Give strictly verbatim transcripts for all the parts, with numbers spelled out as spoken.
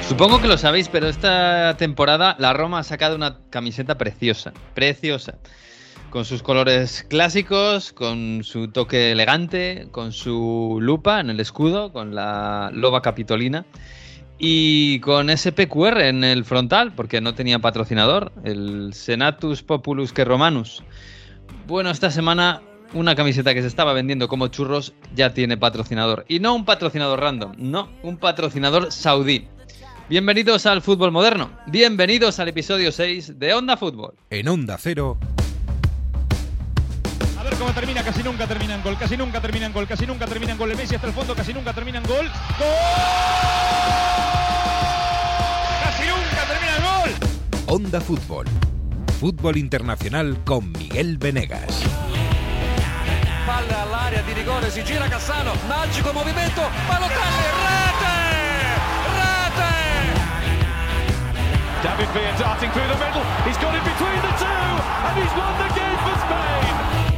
Supongo que lo sabéis, pero esta temporada la Roma ha sacado una camiseta preciosa, preciosa, con sus colores clásicos, con su toque elegante, con su lupa en el escudo, con la loba capitolina y con ese P Q R en el frontal, porque no tenía patrocinador, el Senatus Populus que Romanus. Bueno, esta semana una camiseta que se estaba vendiendo como churros ya tiene patrocinador, y no un patrocinador random, no, un patrocinador saudí. Bienvenidos al fútbol moderno, bienvenidos al episodio seis de Onda Fútbol. En Onda Cero. A ver cómo termina, casi nunca termina en gol, casi nunca termina en gol, casi nunca termina en gol. El Messi hasta el fondo, casi nunca termina en gol. ¡Gol! ¡Casi nunca termina en gol! Onda Fútbol. Fútbol internacional con Miguel Venegas. Palla all'area di rigore, si gira Cassano, magico movimento, Balotelli, rete! David Villa darting through the middle, he's got it between the two, and he's won the game for Spain.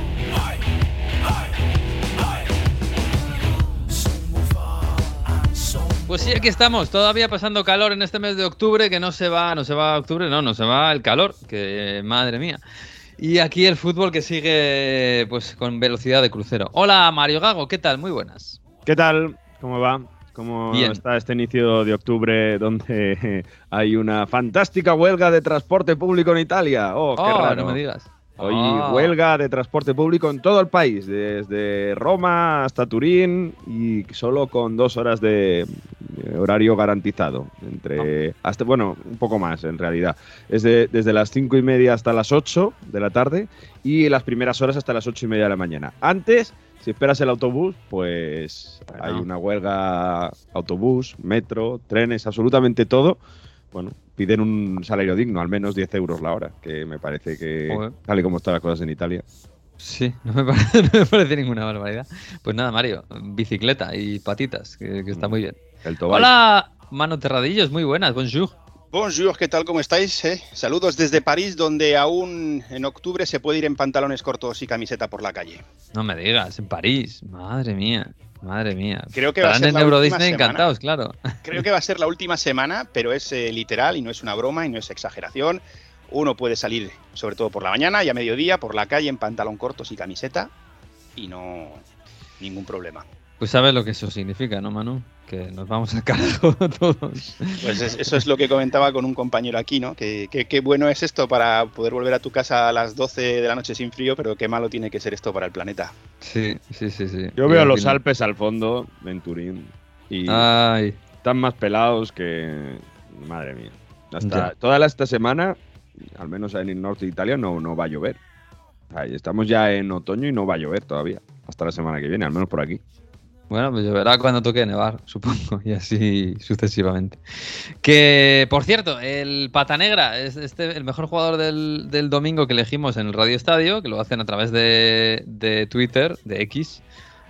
Pues sí, aquí estamos, todavía pasando calor en este mes de octubre, que no se va, no se va octubre, no, no se va el calor, que madre mía. Y aquí el fútbol que sigue pues con velocidad de crucero. Hola Mario Gago, ¿qué tal? Muy buenas. ¿Qué tal? ¿Cómo va? ¿Cómo Bien. Está este inicio de octubre donde hay una fantástica huelga de transporte público en Italia? Oh, qué Oh, raro. no me digas. Hoy Oh. huelga de transporte público en todo el país, desde Roma hasta Turín, y solo con dos horas de horario garantizado. Entre hasta bueno, un poco más en realidad. Es de, desde las cinco y media hasta las ocho de la tarde y las primeras horas hasta las ocho y media de la mañana. Antes, si esperas el autobús, pues Bueno. hay una huelga, autobús, metro, trenes, absolutamente todo. Bueno, piden un salario digno, al menos diez euros la hora, que me parece que, Joder. tal y como están las cosas en Italia. Sí, no me, parece, no me parece ninguna barbaridad. Pues nada, Mario, bicicleta y patitas, que, que está muy bien. El Tobago. Hola, Mano Terradillos, muy buenas, bonjour. Bonjour, ¿qué tal? ¿Cómo estáis? Eh? Saludos desde París, donde aún en octubre se puede ir en pantalones cortos y camiseta por la calle. No me digas, en París, madre mía, madre mía. Creo que va a Estarán ser en la Euro última Disney semana. encantados, claro. Creo que va a ser la última semana, pero es eh, literal y no es una broma y no es exageración. Uno puede salir, sobre todo por la mañana y a mediodía, por la calle en pantalón cortos y camiseta y no ningún problema. Pues sabes lo que eso significa, ¿no, Manu? Que nos vamos al carajo todos. Pues es- eso es lo que comentaba con un compañero aquí, ¿no? Que, que- qué bueno es esto para poder volver a tu casa a las doce de la noche sin frío, pero qué malo tiene que ser esto para el planeta. Sí, sí, sí, sí. Yo Y veo al los final- Alpes al fondo en Turín y Ay, están más pelados que... Madre mía. Hasta Ya. toda la- esta semana, al menos en el norte de Italia, no, no va a llover. Ahí estamos ya en otoño y no va a llover todavía. Hasta la semana que viene, al menos por aquí. bueno, pues lloverá cuando toque nevar, supongo, y así sucesivamente. Que, por cierto, el Pata Negra es este, el mejor jugador del, del domingo que elegimos en el Radio Estadio, que lo hacen a través de, de Twitter, de X.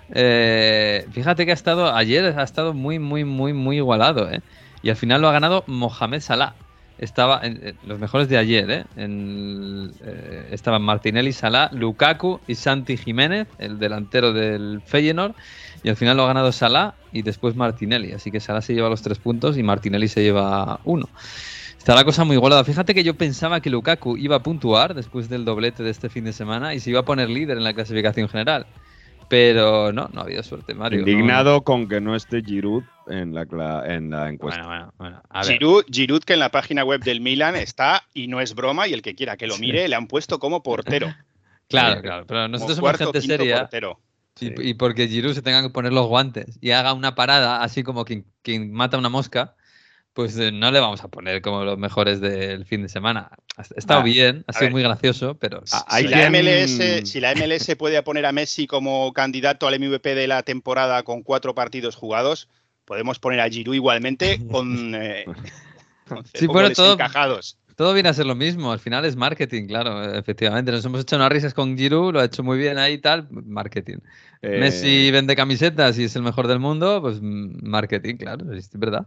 Eh, fíjate que ha estado, ayer ha estado muy, muy, muy, muy igualado, ¿eh? Y al final lo ha ganado Mohamed Salah. Estaba en, en los mejores de ayer, ¿eh? En, eh, estaban Martinelli, Salah, Lukaku y Santi Jiménez, el delantero del Feyenoord. Y al final lo ha ganado Salah y después Martinelli. Así que Salah se lleva los tres puntos y Martinelli se lleva uno. Está la cosa muy igualada. Fíjate que yo pensaba que Lukaku iba a puntuar después del doblete de este fin de semana y se iba a poner líder en la clasificación general. Pero no, no ha habido suerte, Mario. Indignado No. con que no esté Giroud en la, cla- en la encuesta. Bueno, bueno, bueno. A ver. Giroud, Giroud, que en la página web del Milan está, y no es broma, y el que quiera que lo mire, le han puesto como portero. Claro, claro. Pero nosotros como somos cuarto, gente quinto seria. portero. Y, y porque Giroud se tenga que poner los guantes y haga una parada así como quien, quien mata una mosca, pues eh, no le vamos a poner como los mejores del fin de semana. Ha estado Ah, bien, ha a sido ver. muy gracioso, pero... Ah, Si Hay la, quien- M L S, si la M L S puede poner a Messi como candidato al M V P de la temporada con cuatro partidos jugados, podemos poner a Giroud igualmente con, eh, con Sí, cero bueno, goles todo- encajados. Todo viene a ser lo mismo, al final es marketing, claro, efectivamente. Nos hemos hecho unas risas con Giroud, lo ha hecho muy bien ahí y tal, marketing. Eh, Messi vende camisetas y es el mejor del mundo, pues mm, marketing, claro, es verdad.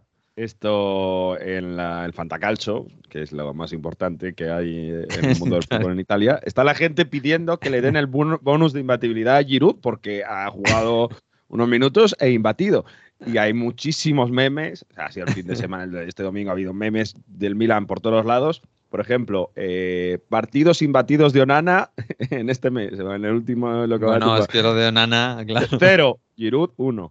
Esto en la- el Fantacalcio, que es lo más importante que hay en el mundo del fútbol en Italia, está la gente pidiendo que le den el bon- bonus de imbatibilidad a Giroud porque ha jugado unos minutos e imbatido. y hay muchísimos memes. O sea, ha sido el fin de semana, el de este domingo ha habido memes del Milan por todos lados. Por ejemplo, eh, partidos imbatidos de Onana en este mes, en el último lo que bueno, va es que lo de Onana, claro. Cero, Giroud, uno.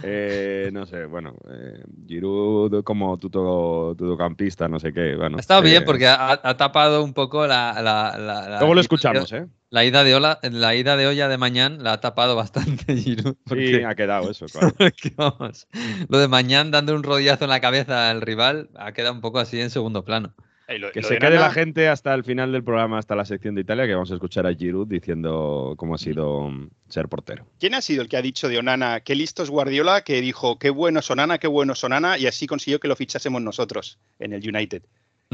Eh, no sé, bueno, eh, Giroud como tuto, tutocampista, no sé qué. Bueno, ha estado eh, bien porque ha, ha tapado un poco la... la, la, la luego lo escuchamos, ¿eh? La ida de olla, la ida de olla de Mañán la ha tapado bastante Giroud. Sí, ha quedado eso, claro. Porque, vamos, lo de Mañán dando un rodillazo en la cabeza al rival ha quedado un poco así en segundo plano. Lo, que lo se de quede Onana, la gente hasta el final del programa, hasta la sección de Italia, que vamos a escuchar a Giroud diciendo cómo ha sido ser portero. ¿Quién ha sido el que ha dicho de Onana qué listo es Guardiola, que dijo qué bueno es Onana, qué bueno es Onana, y así consiguió que lo fichásemos nosotros en el United?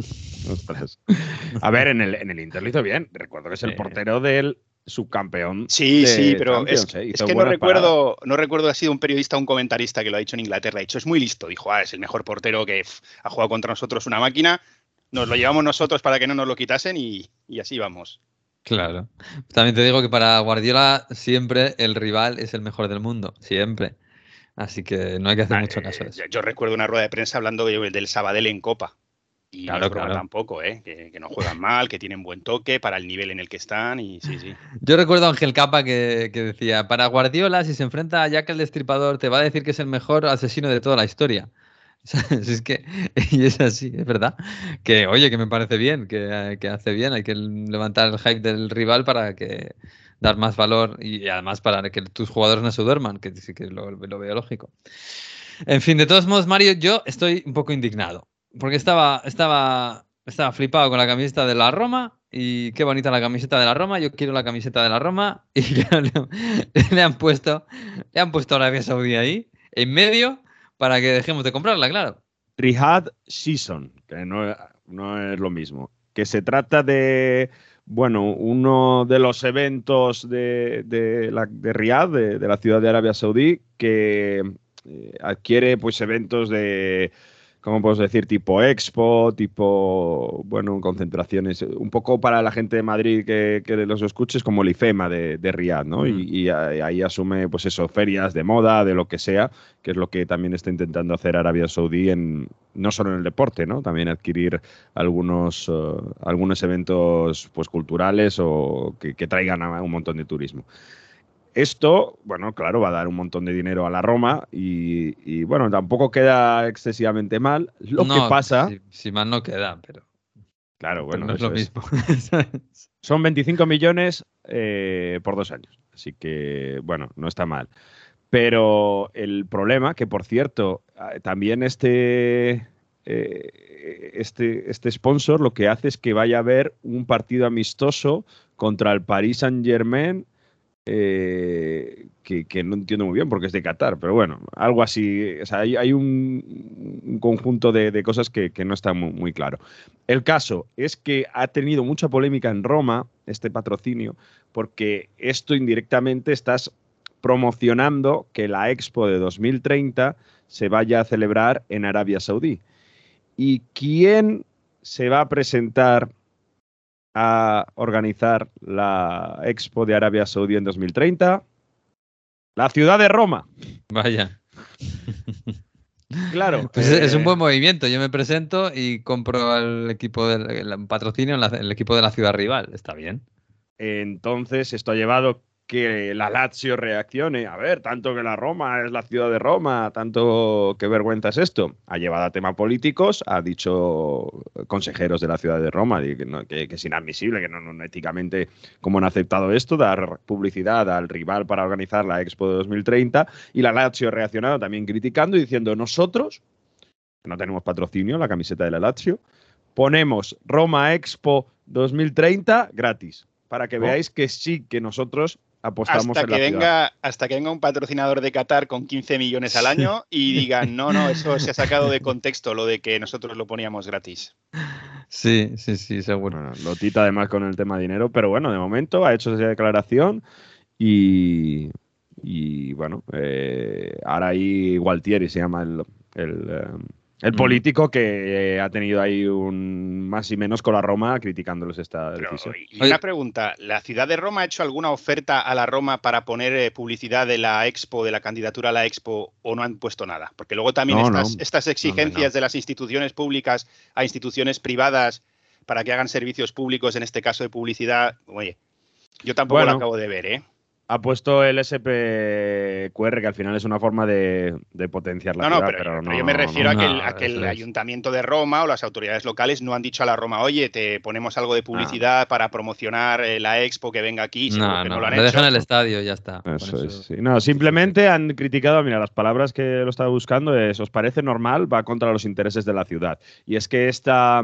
Ostras. A ver, en el, en el Inter lo hizo bien. Recuerdo que es el portero del subcampeón. Sí, de sí, pero Champions, es, ¿eh? es que no recuerdo, no recuerdo si ha sido un periodista o un comentarista que lo ha dicho en Inglaterra. Ha dicho, es muy listo. Dijo, ah, es el mejor portero que pff, ha jugado contra nosotros una máquina. Nos lo llevamos nosotros para que no nos lo quitasen y, y así vamos. Claro. También te digo que para Guardiola siempre el rival es el mejor del mundo. Siempre. Así que no hay que hacer ah, mucho caso de eso. Yo recuerdo una rueda de prensa hablando del Sabadell en Copa. Y claro, no es broma claro. tampoco, ¿eh? Que, que no juegan mal, que tienen buen toque para el nivel en el que están y sí, sí. Yo recuerdo a Ángel Capa que, que decía, para Guardiola, si se enfrenta a Jack el Destripador, te va a decir que es el mejor asesino de toda la historia. Es que, y es así, es verdad. Que, oye, que me parece bien, que, que hace bien, hay que levantar el hype del rival para que dar más valor y además para que tus jugadores no se duerman, que sí que lo, lo veo lógico. En fin, de todos modos, Mario, yo estoy un poco indignado, porque estaba, estaba, estaba flipado con la camiseta de la Roma y qué bonita la camiseta de la Roma, yo quiero la camiseta de la Roma y le, le han puesto, le han puesto Arabia Saudí ahí, en medio, para que dejemos de comprarla, claro. Riyadh Season, que no, no es lo mismo. Que se trata de, bueno, uno de los eventos de, de, la, de Riyadh, de, de la ciudad de Arabia Saudí, que eh, adquiere pues eventos de, ¿cómo puedo decir? Tipo expo, tipo, bueno, concentraciones, un poco para la gente de Madrid que, que los escuches, como el IFEMA de, de Riyadh, ¿no? Mm. Y, y ahí asume, pues eso, ferias de moda, de lo que sea, que es lo que también está intentando hacer Arabia Saudí, en, no solo en el deporte, ¿no? También adquirir algunos, uh, algunos eventos pues, culturales o que, que traigan a un montón de turismo. Esto, bueno, claro, va a dar un montón de dinero a la Roma y, y bueno, tampoco queda excesivamente mal. Lo no, que pasa... Si, si mal no queda, pero... Claro, bueno, pero no es lo mismo. Es. Son veinticinco millones eh, por dos años. Así que, bueno, no está mal. Pero el problema, que por cierto, también este, eh, este, este sponsor lo que hace es que vaya a haber un partido amistoso contra el Paris Saint-Germain, Eh, que, que no entiendo muy bien porque es de Qatar, pero bueno, algo así. O sea, hay, hay un, un conjunto de, de cosas que, que no está muy, muy claro. El caso es que ha tenido mucha polémica en Roma este patrocinio porque esto indirectamente estás promocionando que la Expo de dos mil treinta se vaya a celebrar en Arabia Saudí. ¿Y quién se va a presentar a organizar la Expo de Arabia Saudí en dos mil treinta? La ciudad de Roma. Vaya. Claro. Pues eh, es un buen movimiento. Yo me presento y compro al equipo del el patrocinio en la, el equipo de la ciudad rival. Está bien. Entonces, esto ha llevado que la Lazio reaccione. A ver, tanto que la Roma es la ciudad de Roma, tanto qué vergüenza es esto. Ha llevado a temas políticos, ha dicho consejeros de la ciudad de Roma que, no, que, que es inadmisible, que no, no éticamente, como han aceptado esto, dar publicidad al rival para organizar la Expo de dos mil treinta. Y la Lazio ha reaccionado también criticando y diciendo, nosotros, que no tenemos patrocinio, la camiseta de la Lazio, ponemos Roma Expo dos mil treinta gratis, para que oh. veáis que sí, que nosotros apostamos hasta en que la venga ciudad. Hasta que venga un patrocinador de Qatar con quince millones al año y digan, no, no, eso se ha sacado de contexto, lo de que nosotros lo poníamos gratis. Sí, sí, sí, seguro. Bueno, Lotita además con el tema de dinero, pero bueno, de momento ha hecho esa declaración y, y bueno, eh, ahora ahí Gualtieri se llama el, el, El Mm. político que eh, ha tenido ahí un más y menos con la Roma criticándoles esta Pero, decisión. y una pregunta, ¿la ciudad de Roma ha hecho alguna oferta a la Roma para poner eh, publicidad de la Expo, de la candidatura a la Expo, o no han puesto nada? Porque luego también No, estas, no. estas exigencias No, no. de las instituciones públicas a instituciones privadas para que hagan servicios públicos, en este caso de publicidad, oye, yo tampoco Bueno. lo acabo de ver, ¿eh? Ha puesto el S P Q R, que al final es una forma de, de potenciar la No, no, ciudad, pero, pero, yo, no, pero yo me no, refiero no. a que el, No, a que el eso es. ayuntamiento de Roma o las autoridades locales no han dicho a la Roma, oye, te ponemos algo de publicidad para promocionar eh, la Expo que venga aquí, seguro No, que no, no, lo han le dejan hecho. el estadio y ya está. no. Con Eso es. eso- Sí. No, simplemente han criticado, mira, las palabras que lo estaba buscando es, ¿os parece normal? Va contra los intereses de la ciudad. Y es que esta,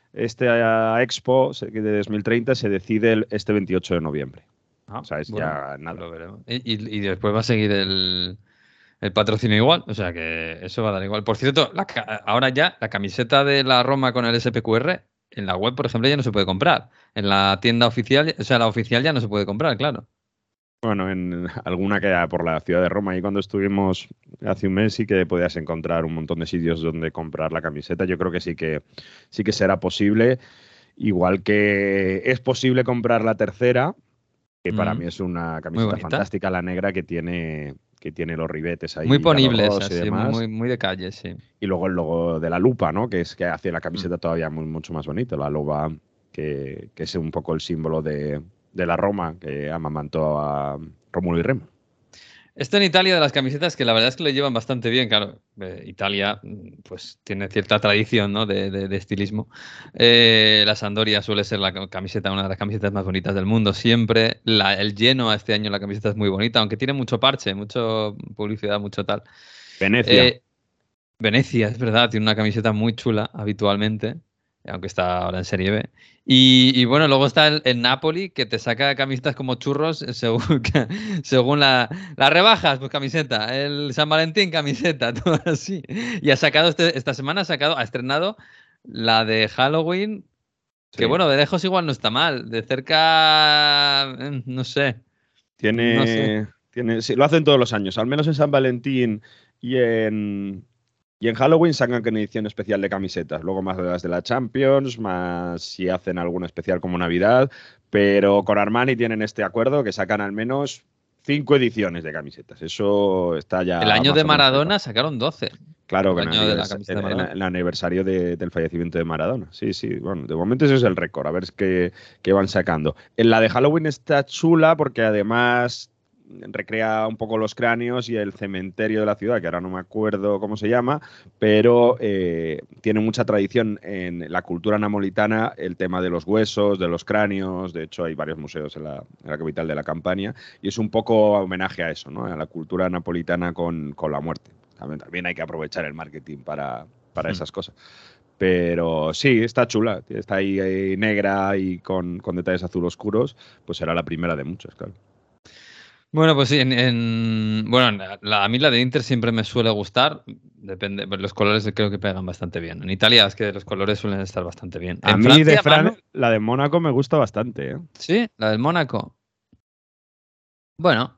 esta Expo se- de dos mil treinta se decide el- este veintiocho de noviembre. Ah, O sea, es bueno, ya nada. lo veremos. Y, y- y después va a seguir el, el patrocinio igual, o sea que eso va a dar igual. Por cierto, la ca- ahora ya la camiseta de la Roma con el S P Q R en la web, por ejemplo, ya no se puede comprar. En la tienda oficial, o sea, la oficial ya no se puede comprar, claro. Bueno, en alguna que haya por la ciudad de Roma, y cuando estuvimos hace un mes sí que podías encontrar un montón de sitios donde comprar la camiseta. Yo creo que sí que sí que será posible. Igual que es posible comprar la tercera, que para Mm. mí es una camiseta bonita. fantástica, la negra que tiene, que tiene los ribetes ahí. Muy ponibles, color rosa y así, demás. muy, muy de calle, sí. Y luego el logo de la lupa, ¿no? Que es que hace la Mm. camiseta todavía muy, mucho más bonita. La loba, que, que es un poco el símbolo de, de la Roma, que amamantó a Rómulo y Remo. Esto en Italia de las camisetas que la verdad es que lo llevan bastante bien, claro. eh, Italia mm, pues tiene cierta tradición, ¿no? de, de- de estilismo. Eh, la Sampdoria suele ser la ca- camiseta, una de las camisetas más bonitas del mundo siempre. La, el Genoa este año la camiseta es muy bonita, aunque tiene mucho parche, mucho publicidad, mucho tal. Venecia. Eh, Venecia, es verdad, tiene una camiseta muy chula habitualmente, aunque está ahora en Serie B. Y, y bueno, luego está el, el Napoli, que te saca camisetas como churros eh, según, que- según la, las rebajas, pues camiseta. El San Valentín, camiseta, todo así. Y ha sacado, este- esta semana ha sacado, ha estrenado la de Halloween, que Sí. bueno, de lejos igual no está mal. De cerca, eh, no sé. Tiene, no sé. tiene, sí, lo hacen todos los años, al menos en San Valentín y en, y en Halloween sacan una edición especial de camisetas. Luego más de las de la Champions, más si hacen alguna especial como Navidad. Pero con Armani tienen este acuerdo que sacan al menos cinco ediciones de camisetas. Eso está ya. El año más de o menos Maradona preparado. sacaron doce. Claro, el que en año de la anivers- camiseta de en- en- Maradona. en el aniversario de- del fallecimiento de Maradona. Sí, sí, bueno, de momento ese es el récord, a ver qué, qué van sacando. En la de Halloween está chula porque además recrea un poco los cráneos y el cementerio de la ciudad, que ahora no me acuerdo cómo se llama, pero eh, tiene mucha tradición en la cultura napolitana el tema de los huesos, de los cráneos. De hecho, hay varios museos en la, en la capital de la Campania y es un poco homenaje a eso, ¿no? A la cultura napolitana con, con la muerte. También, también hay que aprovechar el marketing para, para Hmm. esas cosas. Pero sí, está chula. Está ahí, ahí negra y con, con detalles azul oscuros. Pues será la primera de muchas, claro. Bueno, pues sí, en, en- bueno, la- a mí la de Inter siempre me suele gustar. Depende, pues los colores creo que pegan bastante bien. En Italia es que los colores suelen estar bastante bien. A En mí Francia, de Fran, Manu, la de Mónaco me gusta bastante, ¿eh? sí, la del Mónaco. Bueno,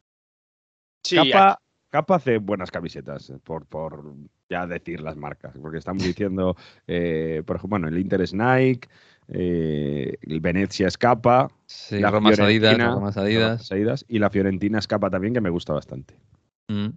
Sí, Capa, Capa hace buenas camisetas, eh, por, por ya decir las marcas, porque estamos diciendo, eh, por ejemplo, bueno, el Inter es Nike, eh, el Venecia es Capa, sí, la Romas Adidas, Fiorentina- las Romas Adidas. Adidas, y la Fiorentina es Capa también, que me gusta bastante. Mm.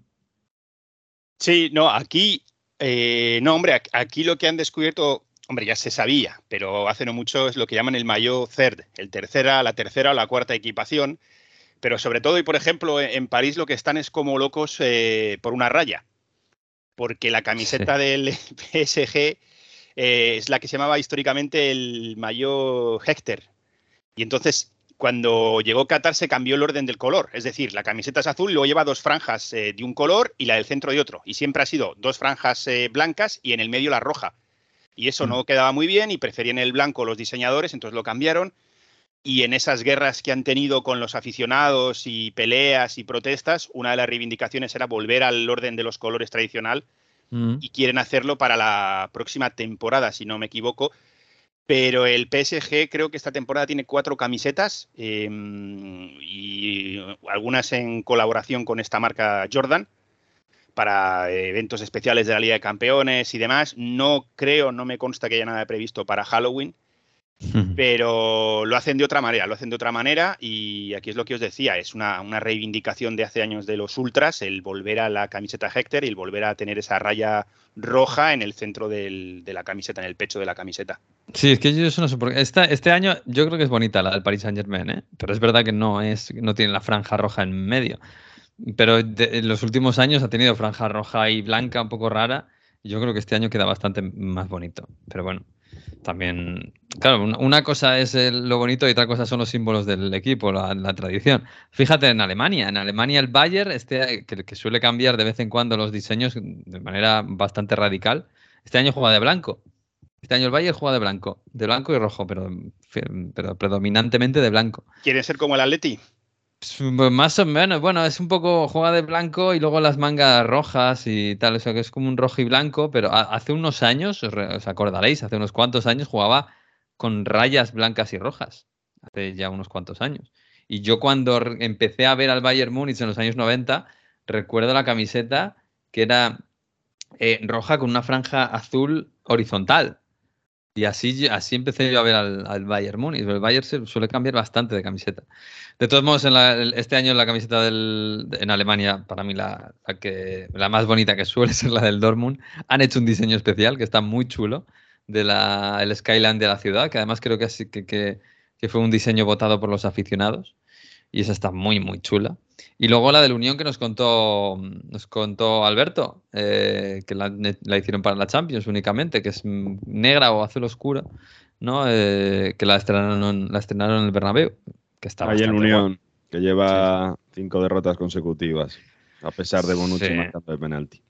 Sí, no, aquí, eh, no, hombre, ac- aquí lo que han descubierto, hombre, ya se sabía, pero hace no mucho es lo que llaman el maillot third, el tercera, la tercera o la cuarta equipación, pero sobre todo, y por ejemplo, en en París lo que están es como locos eh, por una raya, porque la camiseta del P S G eh, es la que se llamaba históricamente el maillot Hector, y entonces cuando llegó Qatar se cambió el orden del color, es decir, la camiseta es azul y luego lleva dos franjas eh, de un color y la del centro de otro, y siempre ha sido dos franjas eh, blancas y en el medio la roja, y eso Mm. no quedaba muy bien y preferían el blanco los diseñadores, entonces lo cambiaron, y en esas guerras que han tenido con los aficionados y peleas y protestas, una de las reivindicaciones era volver al orden de los colores tradicional, Mm. y quieren hacerlo para la próxima temporada, si no me equivoco. Pero el P S G creo que esta temporada tiene cuatro camisetas eh, y algunas en colaboración con esta marca Jordan. para eventos especiales de la Liga de Campeones y demás. No creo, no me consta que haya nada previsto para Halloween, pero lo hacen de otra manera, lo hacen de otra manera y aquí es lo que os decía, es una, una reivindicación de hace años de los ultras, el volver a la camiseta Hector y el volver a tener esa raya roja en el centro del, de la camiseta, en el pecho de la camiseta. Sí, es que yo eso no sé por qué. Esta, este año yo creo que es bonita la del Paris Saint-Germain, ¿eh? Pero es verdad que no, es, no tiene la franja roja en medio. Pero de, en los últimos años ha tenido franja roja y blanca un poco rara. Y yo creo que este año queda bastante más bonito. Pero bueno, también, claro, una cosa es el, lo bonito y otra cosa son los símbolos del equipo, la, la tradición. Fíjate en Alemania. En Alemania el Bayern, este, que, que suele cambiar de vez en cuando los diseños de manera bastante radical, este año juega de blanco. Este año el Bayern juega de blanco, de blanco y rojo, pero, pero predominantemente de blanco. ¿Quieren ser como el Atleti? Pues más o menos, bueno, es un poco juega de blanco y luego las mangas rojas y tal, o sea que es como un rojo y blanco, pero hace unos años, os acordaréis, hace unos cuantos años jugaba con rayas blancas y rojas, hace ya unos cuantos años. Y yo cuando empecé a ver al Bayern Múnich en los años noventa, recuerdo la camiseta que era eh, roja con una franja azul horizontal. Y así, así empecé yo a ver al, al Bayern Múnich. El Bayern se suele cambiar bastante de camiseta. De todos modos, en la, este año la camiseta del, en Alemania, para mí la, la, que, la más bonita que suele ser la del Dortmund, han hecho un diseño especial que está muy chulo, de la, el skyline de la ciudad, que además creo que, que, que, que fue un diseño votado por los aficionados. Y esa está muy, muy chula. Y luego la del Unión que nos contó, nos contó Alberto, eh, que la, la hicieron para la Champions únicamente, que es negra o azul oscura, ¿no? Eh, que la estrenaron, la estrenaron en el Bernabéu. Que está Ahí el Unión, bueno. Que lleva sí. cinco derrotas consecutivas, a pesar de Bonucci sí. marcando el penalti.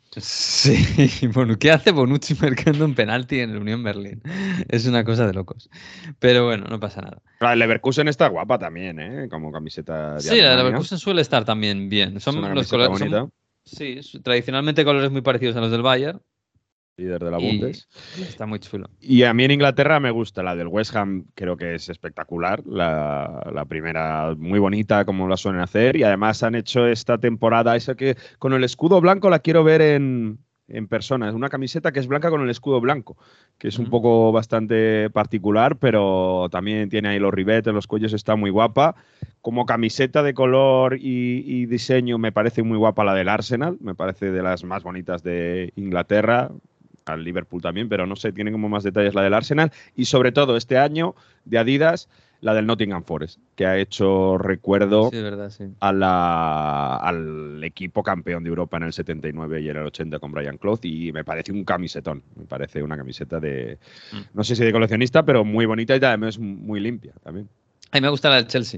Sí, bueno, ¿qué hace Bonucci marcando un penalti en el Unión Berlín? Es una cosa de locos. Pero bueno, no pasa nada. La Leverkusen está guapa también, ¿eh? Como camiseta de Sí, Alemania. La Leverkusen suele estar también bien. Son es una los colores bonita. Son, sí, tradicionalmente colores muy parecidos a los del Bayern. Líder de la Bundes. Está muy chulo. Y a mí en Inglaterra me gusta la del West Ham, creo que es espectacular. La, la primera muy bonita, como la suelen hacer. Y además han hecho esta temporada, esa que con el escudo blanco la quiero ver en, en persona. Es una camiseta que es blanca con el escudo blanco, que es un uh-huh. poco bastante particular, pero también tiene ahí los ribetes, los cuellos, está muy guapa. Como camiseta de color y, y diseño me parece muy guapa la del Arsenal. Me parece de las más bonitas de Inglaterra. Al Liverpool también, pero no sé, tiene como más detalles la del Arsenal y sobre todo este año de Adidas, la del Nottingham Forest, que ha hecho recuerdo sí, verdad, sí. a la, al equipo campeón de Europa en el setenta y nueve y en el ochenta con Brian Clough y me parece un camisetón, me parece una camiseta de, mm. no sé si de coleccionista, pero muy bonita y además muy limpia también. A mí me gusta la del Chelsea.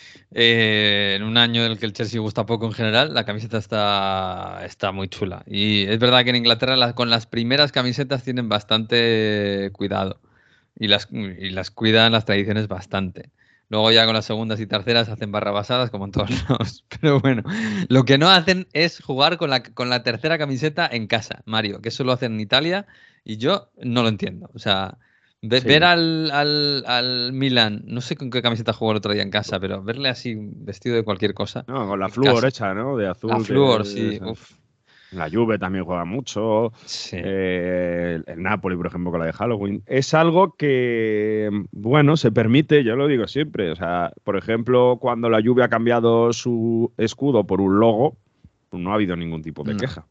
Eh, en un año en el que el Chelsea gusta poco en general, la camiseta está, está muy chula. Y es verdad que en Inglaterra la, con las primeras camisetas tienen bastante cuidado y las, y las cuidan las tradiciones bastante. Luego ya con las segundas y terceras hacen barrabasadas como en todos lados. Pero bueno, lo que no hacen es jugar con la, con la tercera camiseta en casa, Mario, que eso lo hacen en Italia y yo no lo entiendo. O sea... Ver, sí. ver al, al, al Milan, no sé con qué camiseta jugó el otro día en casa, pero verle así vestido de cualquier cosa. No, con la Fluor hecha, ¿no? De azul. La Fluor, de, sí. De Uf. La Juve también juega mucho. Sí. Eh, el Napoli, por ejemplo, con la de Halloween. Es algo que, bueno, se permite, yo lo digo siempre. O sea, por ejemplo, cuando la Juve ha cambiado su escudo por un logo, pues no ha habido ningún tipo de no. queja.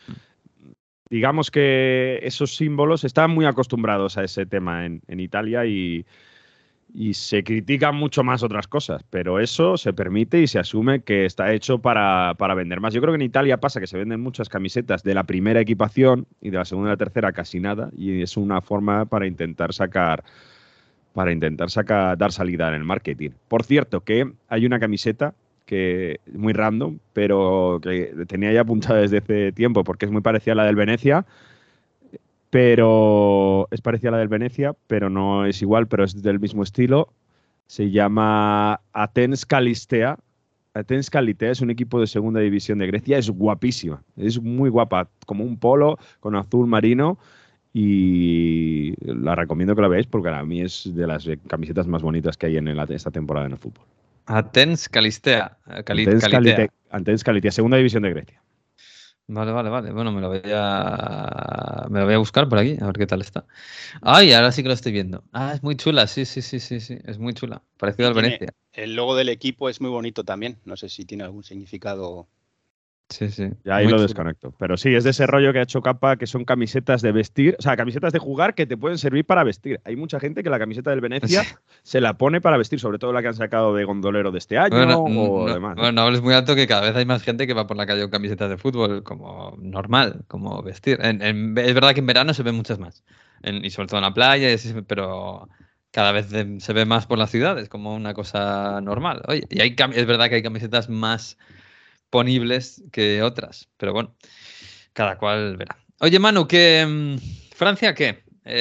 Digamos que esos símbolos están muy acostumbrados a ese tema en, en Italia y, y se critican mucho más otras cosas, pero eso se permite y se asume que está hecho para, para vender más. Yo creo que en Italia pasa que se venden muchas camisetas de la primera equipación y de la segunda y la tercera casi nada y es una forma para intentar sacar, para intentar sacar, dar salida en el marketing. Por cierto, que hay una camiseta que muy random, pero que tenía ya apuntada desde hace tiempo porque es muy parecida a la del Venecia, pero es parecida a la del Venecia, pero no es igual, pero es del mismo estilo. Se llama Athens Kalistea. Athens Kalistea es un equipo de segunda división de Grecia, es guapísima, es muy guapa, como un polo con azul marino y la recomiendo que la veáis porque a mí es de las camisetas más bonitas que hay en esta temporada en el fútbol. Athens Kalistea. Athens Kalistea, segunda división de Grecia. Vale, vale, vale. Bueno, me lo voy a me lo voy a buscar por aquí, a ver qué tal está. Ay, ahora sí que lo estoy viendo. Ah, es muy chula, sí, sí, sí, sí, sí. Es muy chula. Parecido Y al tiene, Venecia. el logo del equipo es muy bonito también. No sé si tiene algún significado. Sí, sí. Ya ahí muy lo chulo. desconecto. Pero sí, es de ese rollo que ha hecho Capa, que son camisetas de vestir, o sea, camisetas de jugar que te pueden servir para vestir. Hay mucha gente que la camiseta del Venecia Sí. se la pone para vestir, sobre todo la que han sacado de gondolero de este año Bueno, o no, demás. bueno, no hables muy alto, que cada vez hay más gente que va por la calle con camisetas de fútbol como normal, como vestir. En- en- es verdad que en verano se ven muchas más, en- y sobre todo en la playa, y así, pero cada vez de- se ve más por las ciudades como una cosa normal. Oye, y hay, cam- es verdad que hay camisetas más ponibles que otras, pero bueno, cada cual verá. Oye, Manu, ¿qué, mm, Francia qué?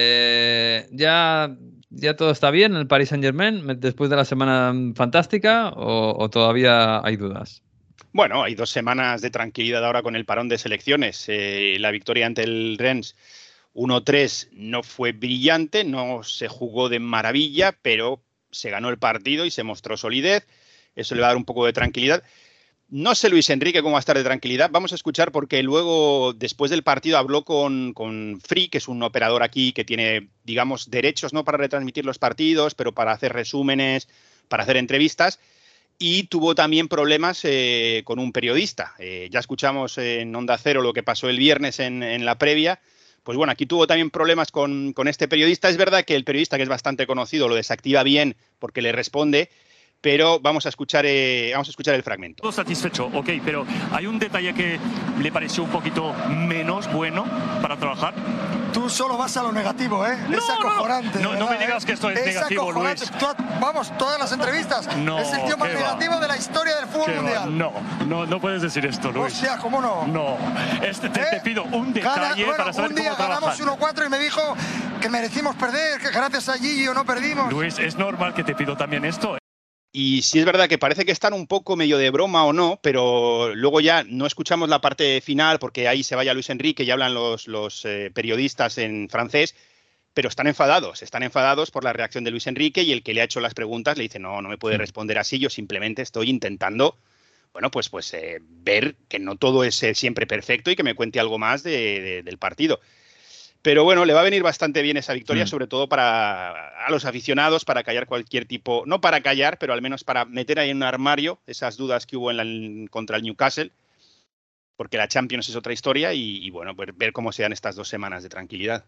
Eh, ¿ya, ya todo está bien en el Paris Saint-Germain me- después de la semana mm, fantástica o, o todavía hay dudas? Bueno, hay dos semanas de tranquilidad ahora con el parón de selecciones. Eh, la victoria ante el Rennes uno tres no fue brillante, no se jugó de maravilla, pero se ganó el partido y se mostró solidez. Eso le va a dar un poco de tranquilidad. No sé Luis Enrique cómo va a estar de tranquilidad. Vamos a escuchar porque luego, después del partido, habló con, con Free, que es un operador aquí que tiene, digamos, derechos no para retransmitir los partidos, pero para hacer resúmenes, para hacer entrevistas. Y tuvo también problemas eh, con un periodista. Eh, ya escuchamos en Onda Cero lo que pasó el viernes en, en la previa. Pues bueno, aquí tuvo también problemas con, con este periodista. Es verdad que el periodista, que es bastante conocido, lo desactiva bien porque le responde, pero vamos a escuchar, eh, vamos a escuchar el fragmento. Todo satisfecho, ok, pero hay un detalle que le pareció un poquito menos bueno para trabajar. Tú solo vas a lo negativo, ¿eh? No, es acojonante. no, no, no me ¿verdad, digas eh? que esto es negativo, acojonante. Luis. Tú, vamos, todas las entrevistas. No, es el tío más qué va. negativo de la historia del fútbol ¿Qué va? mundial. No, no, no puedes decir esto, Luis. O sea, ¿cómo no? No, este, te, ¿Eh? te pido un Gana- detalle bueno, para saber un día cómo trabajar. ganamos uno cuatro y me dijo que merecimos perder, que gracias a Gillo no perdimos. Luis, es normal que te pido también esto. Y sí es verdad que parece que están un poco medio de broma o no, pero luego ya no escuchamos la parte final porque ahí se vaya Luis Enrique y hablan los, los eh, periodistas en francés, pero están enfadados, están enfadados por la reacción de Luis Enrique y el que le ha hecho las preguntas le dice no, no me puede responder así, yo simplemente estoy intentando, bueno, pues, pues eh, ver que no todo es eh, siempre perfecto y que me cuente algo más de, de, del partido. Pero bueno, le va a venir bastante bien esa victoria, mm. sobre todo para a los aficionados, para callar cualquier tipo, no para callar, pero al menos para meter ahí en un armario esas dudas que hubo en la, en, contra el Newcastle, porque la Champions es otra historia y, y bueno, ver, ver cómo se dan estas dos semanas de tranquilidad.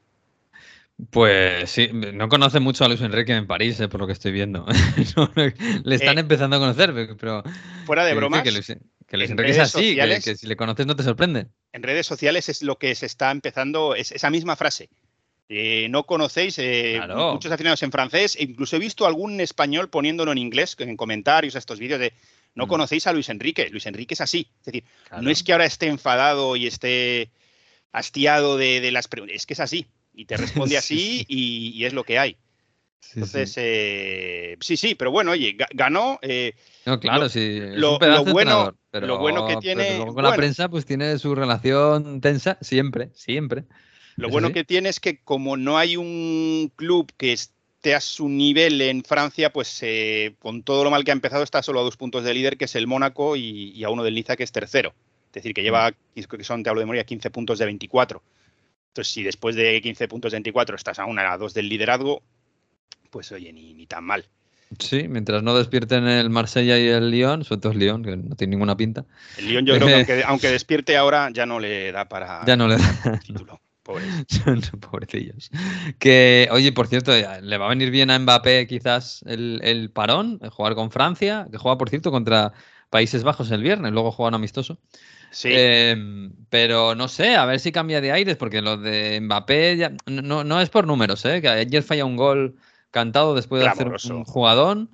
Pues sí, no conoce mucho a Luis Enrique en París, eh, por lo que estoy viendo. no, le están eh, empezando a conocer, pero... Fuera de bromas, que Luis, que Luis Enrique es así, sociales, que, que si le conoces no te sorprende. En redes sociales es lo que se está empezando, es esa misma frase. Eh, no conocéis, eh, claro. muchos aficionados en francés, e incluso he visto algún español poniéndolo en inglés, en comentarios a estos vídeos de no mm. conocéis a Luis Enrique. Luis Enrique es así. Es decir, claro. no es que ahora esté enfadado y esté hastiado de, de las preguntas, es que es así. Y te responde así sí, sí. Y, y es lo que hay. Sí, Entonces, sí. Eh, sí, sí, pero bueno, oye, ganó. Eh, no, claro, lo, sí. Es lo, un pedazo lo, bueno, entrenador, pero, lo bueno que tiene. Pero luego con bueno, la prensa, pues tiene su relación tensa, siempre, siempre. Lo bueno así? que tiene es que, como no hay un club que esté a su nivel en Francia, pues eh, con todo lo mal que ha empezado, está solo a dos puntos de líder, que es el Mónaco, y, y a uno del Niza, que es tercero. Es decir, que lleva, que son, te hablo de memoria, quince puntos de veinticuatro. Entonces, si después de quince puntos de veinticuatro estás a una a dos del liderazgo, pues oye, ni, ni tan mal. Sí, mientras no despierten el Marsella y el Lyon, sobre todo el Lyon, que no tiene ninguna pinta. El Lyon yo creo que aunque, aunque despierte ahora, ya no le da para ya no le da el título. Pobres. Pobrecillos. Que, oye, por cierto, le va a venir bien a Mbappé quizás el, el parón, el jugar con Francia, que juega, por cierto, contra Países Bajos el viernes, luego juega un amistoso. Sí. Eh, pero no sé, a ver si cambia de aires, porque lo de Mbappé ya, no, no es por números, ¿eh? Que ayer falla un gol cantado después de Clamoroso. hacer un jugadón,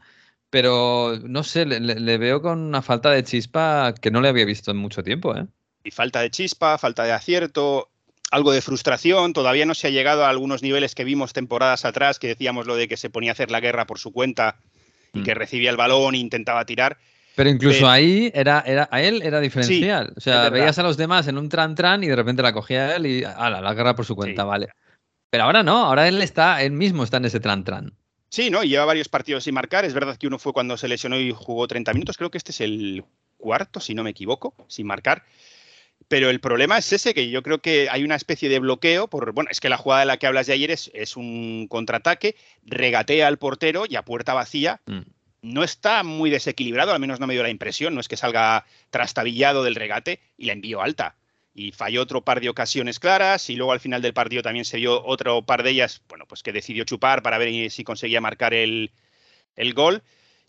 pero no sé, le, le veo con una falta de chispa que no le había visto en mucho tiempo, ¿eh? Y falta de chispa, falta de acierto, algo de frustración, todavía no se ha llegado a algunos niveles que vimos temporadas atrás, que decíamos lo de que se ponía a hacer la guerra por su cuenta y mm. que recibía el balón e intentaba tirar. Pero incluso Pero, ahí era, era a él era diferencial. Sí, o sea, veías a los demás en un tran-tran y de repente la cogía él y ala, la guerra por su cuenta, sí. Vale. Pero ahora no, ahora él está, él mismo está en ese tran-tran. Sí, ¿no? Y lleva varios partidos sin marcar. Es verdad que uno fue cuando se lesionó y jugó treinta minutos. Creo que este es el cuarto, si no me equivoco, sin marcar. Pero el problema es ese, que yo creo que hay una especie de bloqueo. Por, bueno, es que la jugada de la que hablas de ayer es, es un contraataque, regatea al portero y a puerta vacía. Mm. No está muy desequilibrado, al menos no me dio la impresión. No es que salga trastabillado del regate y la envió alta. Y falló otro par de ocasiones claras y luego al final del partido también se vio otro par de ellas, bueno, pues que decidió chupar para ver si conseguía marcar el, el gol.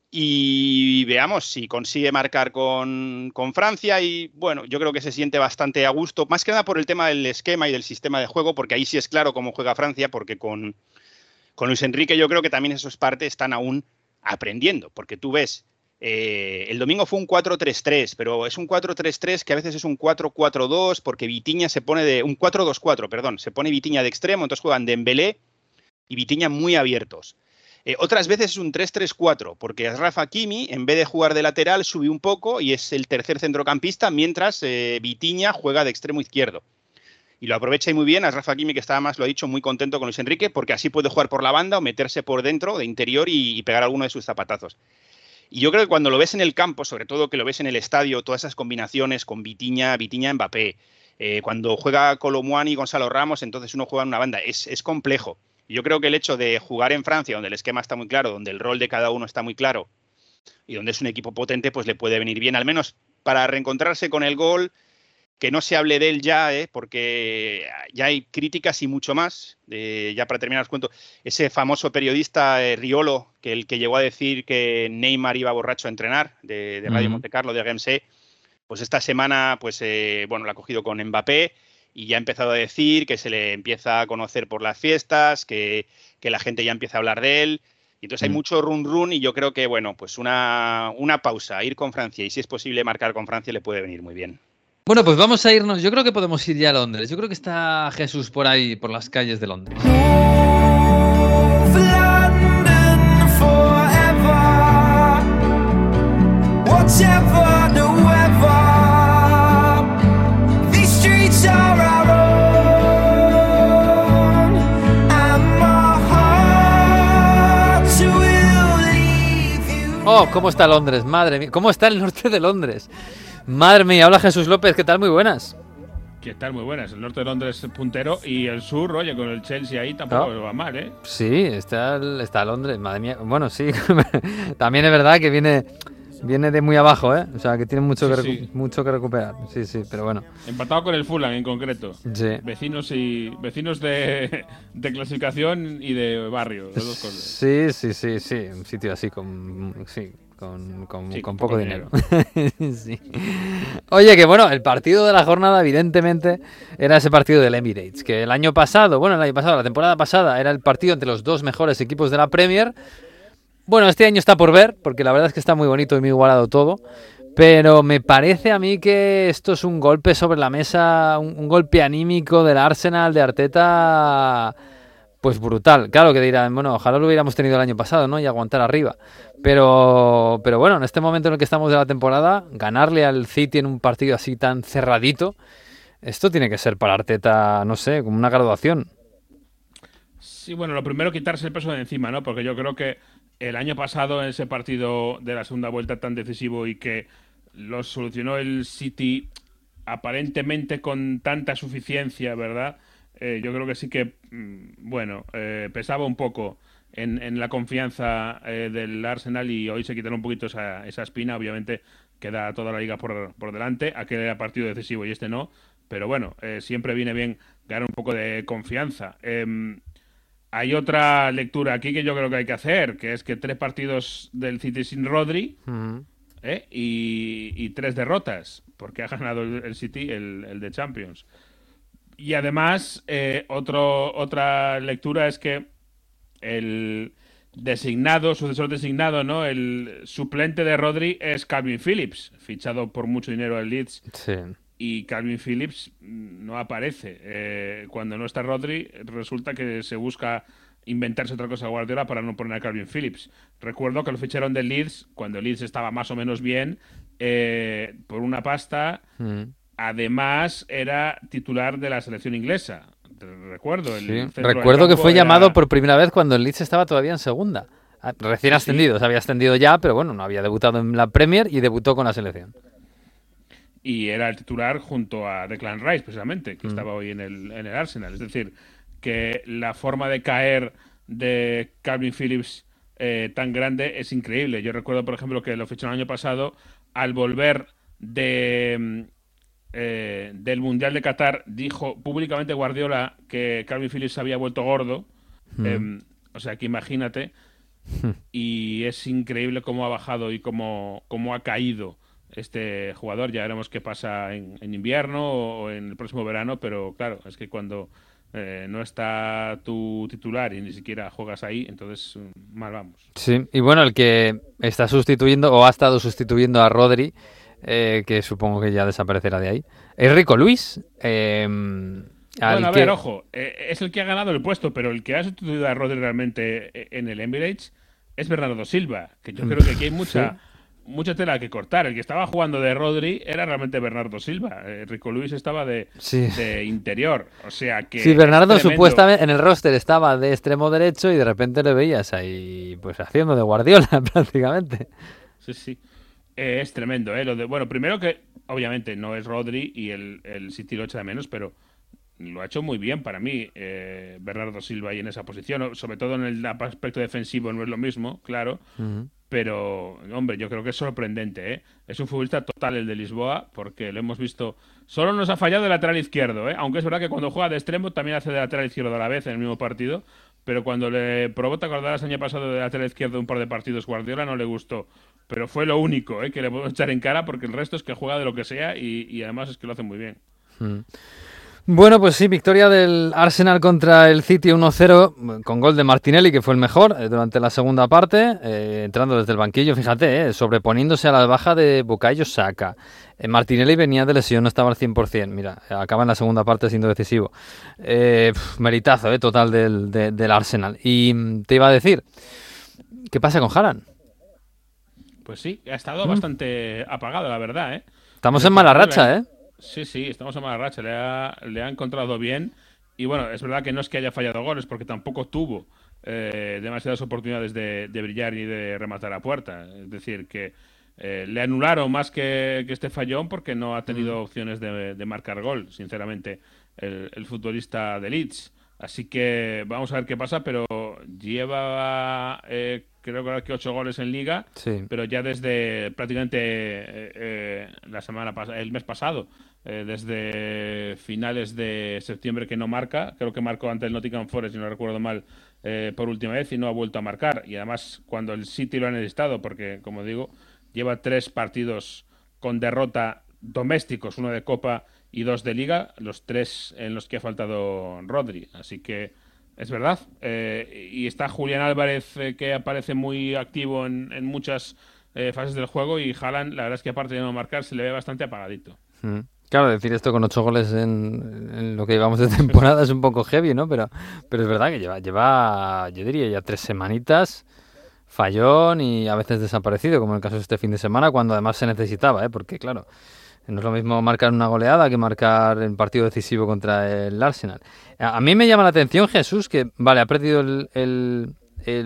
Y veamos si consigue marcar con, con Francia y, bueno, yo creo que se siente bastante a gusto, más que nada por el tema del esquema y del sistema de juego, porque ahí sí es claro cómo juega Francia, porque con, con Luis Enrique yo creo que también esos partes están aún aprendiendo, porque tú ves, eh, el domingo fue un cuatro tres tres, pero es un cuatro tres tres que a veces es un cuatro cuatro dos, porque Vitinha se pone de, un cuatro dos cuatro, perdón, se pone Vitinha de extremo, entonces juegan Dembélé y Vitinha muy abiertos. Eh, otras veces es un tres tres cuatro, porque Achraf Hakimi, en vez de jugar de lateral, sube un poco y es el tercer centrocampista, mientras eh, Vitinha juega de extremo izquierdo. Y lo aprovecha y muy bien Achraf Hakimi, que estaba más, lo ha dicho, muy contento con Luis Enrique, porque así puede jugar por la banda o meterse por dentro, de interior, y, y pegar alguno de sus zapatazos. Y yo creo que cuando lo ves en el campo, sobre todo que lo ves en el estadio, todas esas combinaciones con Vitinha, Vitinha Mbappé, eh, cuando juega Kolo Muani y Gonzalo Ramos, entonces uno juega en una banda, es, es complejo. Yo creo que el hecho de jugar en Francia, donde el esquema está muy claro, donde el rol de cada uno está muy claro y donde es un equipo potente, pues le puede venir bien, al menos para reencontrarse con el gol, que no se hable de él ya, ¿eh? Porque ya hay críticas y mucho más. Eh, ya para terminar os cuento, ese famoso periodista eh, Riolo, que el que llegó a decir que Neymar iba borracho a entrenar, de, de Radio uh-huh. Monte Carlo, de R M C, pues esta semana pues eh, bueno, lo ha cogido con Mbappé, y ya ha empezado a decir que se le empieza a conocer por las fiestas, que, que la gente ya empieza a hablar de él. Y entonces mm. hay mucho run run y yo creo que, bueno, pues una, una pausa, ir con Francia y si es posible marcar con Francia le puede venir muy bien. Bueno, pues vamos a irnos. Yo creo que podemos ir ya a Londres. Yo creo que está Jesús por ahí, por las calles de Londres. Oh, ¿cómo está Londres? Madre mía, ¿cómo está el norte de Londres? Madre mía, habla Jesús López, ¿qué tal? Muy buenas. ¿Qué tal? Muy buenas. El norte de Londres puntero y el sur, oye, con el Chelsea ahí tampoco oh. va mal, ¿eh? Sí, está, está Londres, madre mía. Bueno, sí, también es verdad que viene, viene de muy abajo, ¿eh? O sea, que tiene mucho, sí, que, recu- sí. mucho que recuperar. Sí, sí, pero bueno. Empatado con el Fulham en concreto. Sí. Vecinos y vecinos de, de clasificación y de barrio, las dos cosas. Sí, sí, sí, sí. Un sitio así con... Sí. Con, con, sí, con poco dinero. dinero. Sí. Oye, que bueno, el partido de la jornada, evidentemente, era ese partido del Emirates, que el año pasado, bueno, el año pasado, la temporada pasada, era el partido entre los dos mejores equipos de la Premier. Bueno, este año está por ver, porque la verdad es que está muy bonito y muy igualado todo. Pero me parece a mí que esto es un golpe sobre la mesa, un, un golpe anímico del Arsenal de Arteta, pues brutal. Claro que dirán, bueno, ojalá lo hubiéramos tenido el año pasado, ¿no? Y aguantar arriba. Pero, pero bueno, en este momento en el que estamos de la temporada, ganarle al City en un partido así tan cerradito, esto tiene que ser para Arteta, no sé, como una graduación. Sí, bueno, lo primero quitarse el peso de encima, ¿no? Porque yo creo que el año pasado, en ese partido de la segunda vuelta tan decisivo y que lo solucionó el City aparentemente con tanta suficiencia, ¿verdad? Eh, yo creo que sí que, bueno, eh, pesaba un poco en, en la confianza eh, del Arsenal y hoy se quitaron un poquito esa, esa espina. Obviamente queda toda la liga por, por delante, aquel era partido decisivo y este no, pero bueno, eh, siempre viene bien ganar un poco de confianza. Eh, hay otra lectura aquí que yo creo que hay que hacer, que es que tres partidos del City sin Rodri uh-huh. eh, y, y tres derrotas, porque ha ganado el, el City el, el de Champions. Y además, eh, otro, otra lectura es que el designado, sucesor designado, ¿no? El suplente de Rodri es Calvin Phillips, fichado por mucho dinero al Leeds. Sí. Y Calvin Phillips no aparece. Eh, cuando no está Rodri, resulta que se busca inventarse otra cosa a Guardiola para no poner a Calvin Phillips. Recuerdo que lo ficharon del Leeds, cuando el Leeds estaba más o menos bien, eh, por una pasta... Mm. Además, era titular de la selección inglesa. Recuerdo. El sí. Recuerdo que fue era... llamado por primera vez cuando el Leeds estaba todavía en segunda. Recién sí, ascendido. Sí. Se había ascendido ya, pero bueno, no había debutado en la Premier y debutó con la selección. y era el titular junto a Declan Rice, precisamente, que Mm. estaba hoy en el, en el Arsenal. Es decir, que la forma de caer de Calvin Phillips eh, tan grande es increíble. Yo recuerdo, por ejemplo, que lo fichó el año pasado, al volver de... Eh, del Mundial de Qatar, dijo públicamente Guardiola que Calvin Phillips había vuelto gordo. Mm. Eh, o sea que imagínate. Y es increíble cómo ha bajado y cómo, cómo ha caído este jugador. Ya veremos qué pasa en, en invierno o en el próximo verano, pero claro, es que cuando eh, no está tu titular y ni siquiera juegas ahí, entonces mal vamos. Sí, y bueno, el que está sustituyendo o ha estado sustituyendo a Rodri, Eh, que supongo que ya desaparecerá de ahí. Es Rico Lewis. Eh, bueno, a que... ver, ojo, eh, es el que ha ganado el puesto, pero el que ha sustituido a Rodri realmente en el Emirates es Bernardo Silva, que yo creo que aquí hay mucha, sí. mucha tela que cortar. El que estaba jugando de Rodri era realmente Bernardo Silva. Eh, Rico Lewis estaba de, sí. de interior, o sea que... Sí, Bernardo supuestamente en el roster estaba de extremo derecho y de repente le veías ahí pues haciendo de Guardiola prácticamente. Sí, sí. Eh, es tremendo, ¿eh? Lo de, bueno, primero que obviamente no es Rodri y el, el City lo echa de menos, pero lo ha hecho muy bien para mí eh, Bernardo Silva ahí en esa posición, sobre todo en el aspecto defensivo no es lo mismo, claro, uh-huh. pero hombre, yo creo que es sorprendente, ¿eh? Es un futbolista total el de Lisboa, porque lo hemos visto, solo nos ha fallado el lateral izquierdo, ¿eh? Aunque es verdad que cuando juega de extremo también hace de lateral izquierdo a la vez en el mismo partido, pero cuando le probó, te acordarás el año pasado de lateral izquierdo un par de partidos Guardiola no le gustó. Pero fue lo único ¿eh? que le puedo echar en cara, porque el resto es que juega de lo que sea y, y además es que lo hace muy bien. Mm. Bueno, pues sí, victoria del Arsenal contra el City uno cero con gol de Martinelli, que fue el mejor eh, durante la segunda parte, eh, entrando desde el banquillo, fíjate, eh, sobreponiéndose a la baja de Bukayo Saka. Eh, Martinelli venía de lesión, no estaba al cien por ciento, mira, acaba en la segunda parte siendo decisivo. Eh, pf, meritazo eh, total del, de, del Arsenal. Y te iba a decir, ¿qué pasa con Haaland? Pues sí, ha estado mm. bastante apagado, la verdad, ¿eh? Estamos en mala racha, ¿eh? Sí, sí, estamos en mala racha. Le ha, le ha encontrado bien. Y bueno, es verdad que no es que haya fallado goles, porque tampoco tuvo eh, demasiadas oportunidades de, de brillar y de rematar a puerta. Es decir, que eh, le anularon más que, que este fallón porque no ha tenido mm. opciones de, de marcar gol, sinceramente, el, el futbolista de Leeds. Así que vamos a ver qué pasa, pero lleva... Eh, creo que ocho goles en Liga, sí. pero ya desde prácticamente eh, eh, la semana pas- el mes pasado, eh, desde finales de septiembre que no marca, creo que marcó ante el Nottingham Forest, si no recuerdo mal, eh, por última vez y no ha vuelto a marcar. Y además cuando el City lo ha necesitado, porque como digo, lleva tres partidos con derrota domésticos, uno de Copa y dos de Liga, los tres en los que ha faltado Rodri. Así que es verdad, eh, y está Julián Álvarez eh, que aparece muy activo en, en muchas eh, fases del juego, y Haaland, la verdad es que aparte de no marcar, se le ve bastante apagadito. Mm. Claro, decir esto con ocho goles en, en lo que llevamos de temporada es un poco heavy, ¿no? Pero, pero es verdad que lleva, lleva, yo diría ya tres semanitas, fallón y a veces desaparecido, como en el caso de este fin de semana, cuando además se necesitaba, ¿eh? Porque claro, no es lo mismo marcar una goleada que marcar el partido decisivo contra el Arsenal. A mí me llama la atención, Jesús, que vale, ha perdido el, el,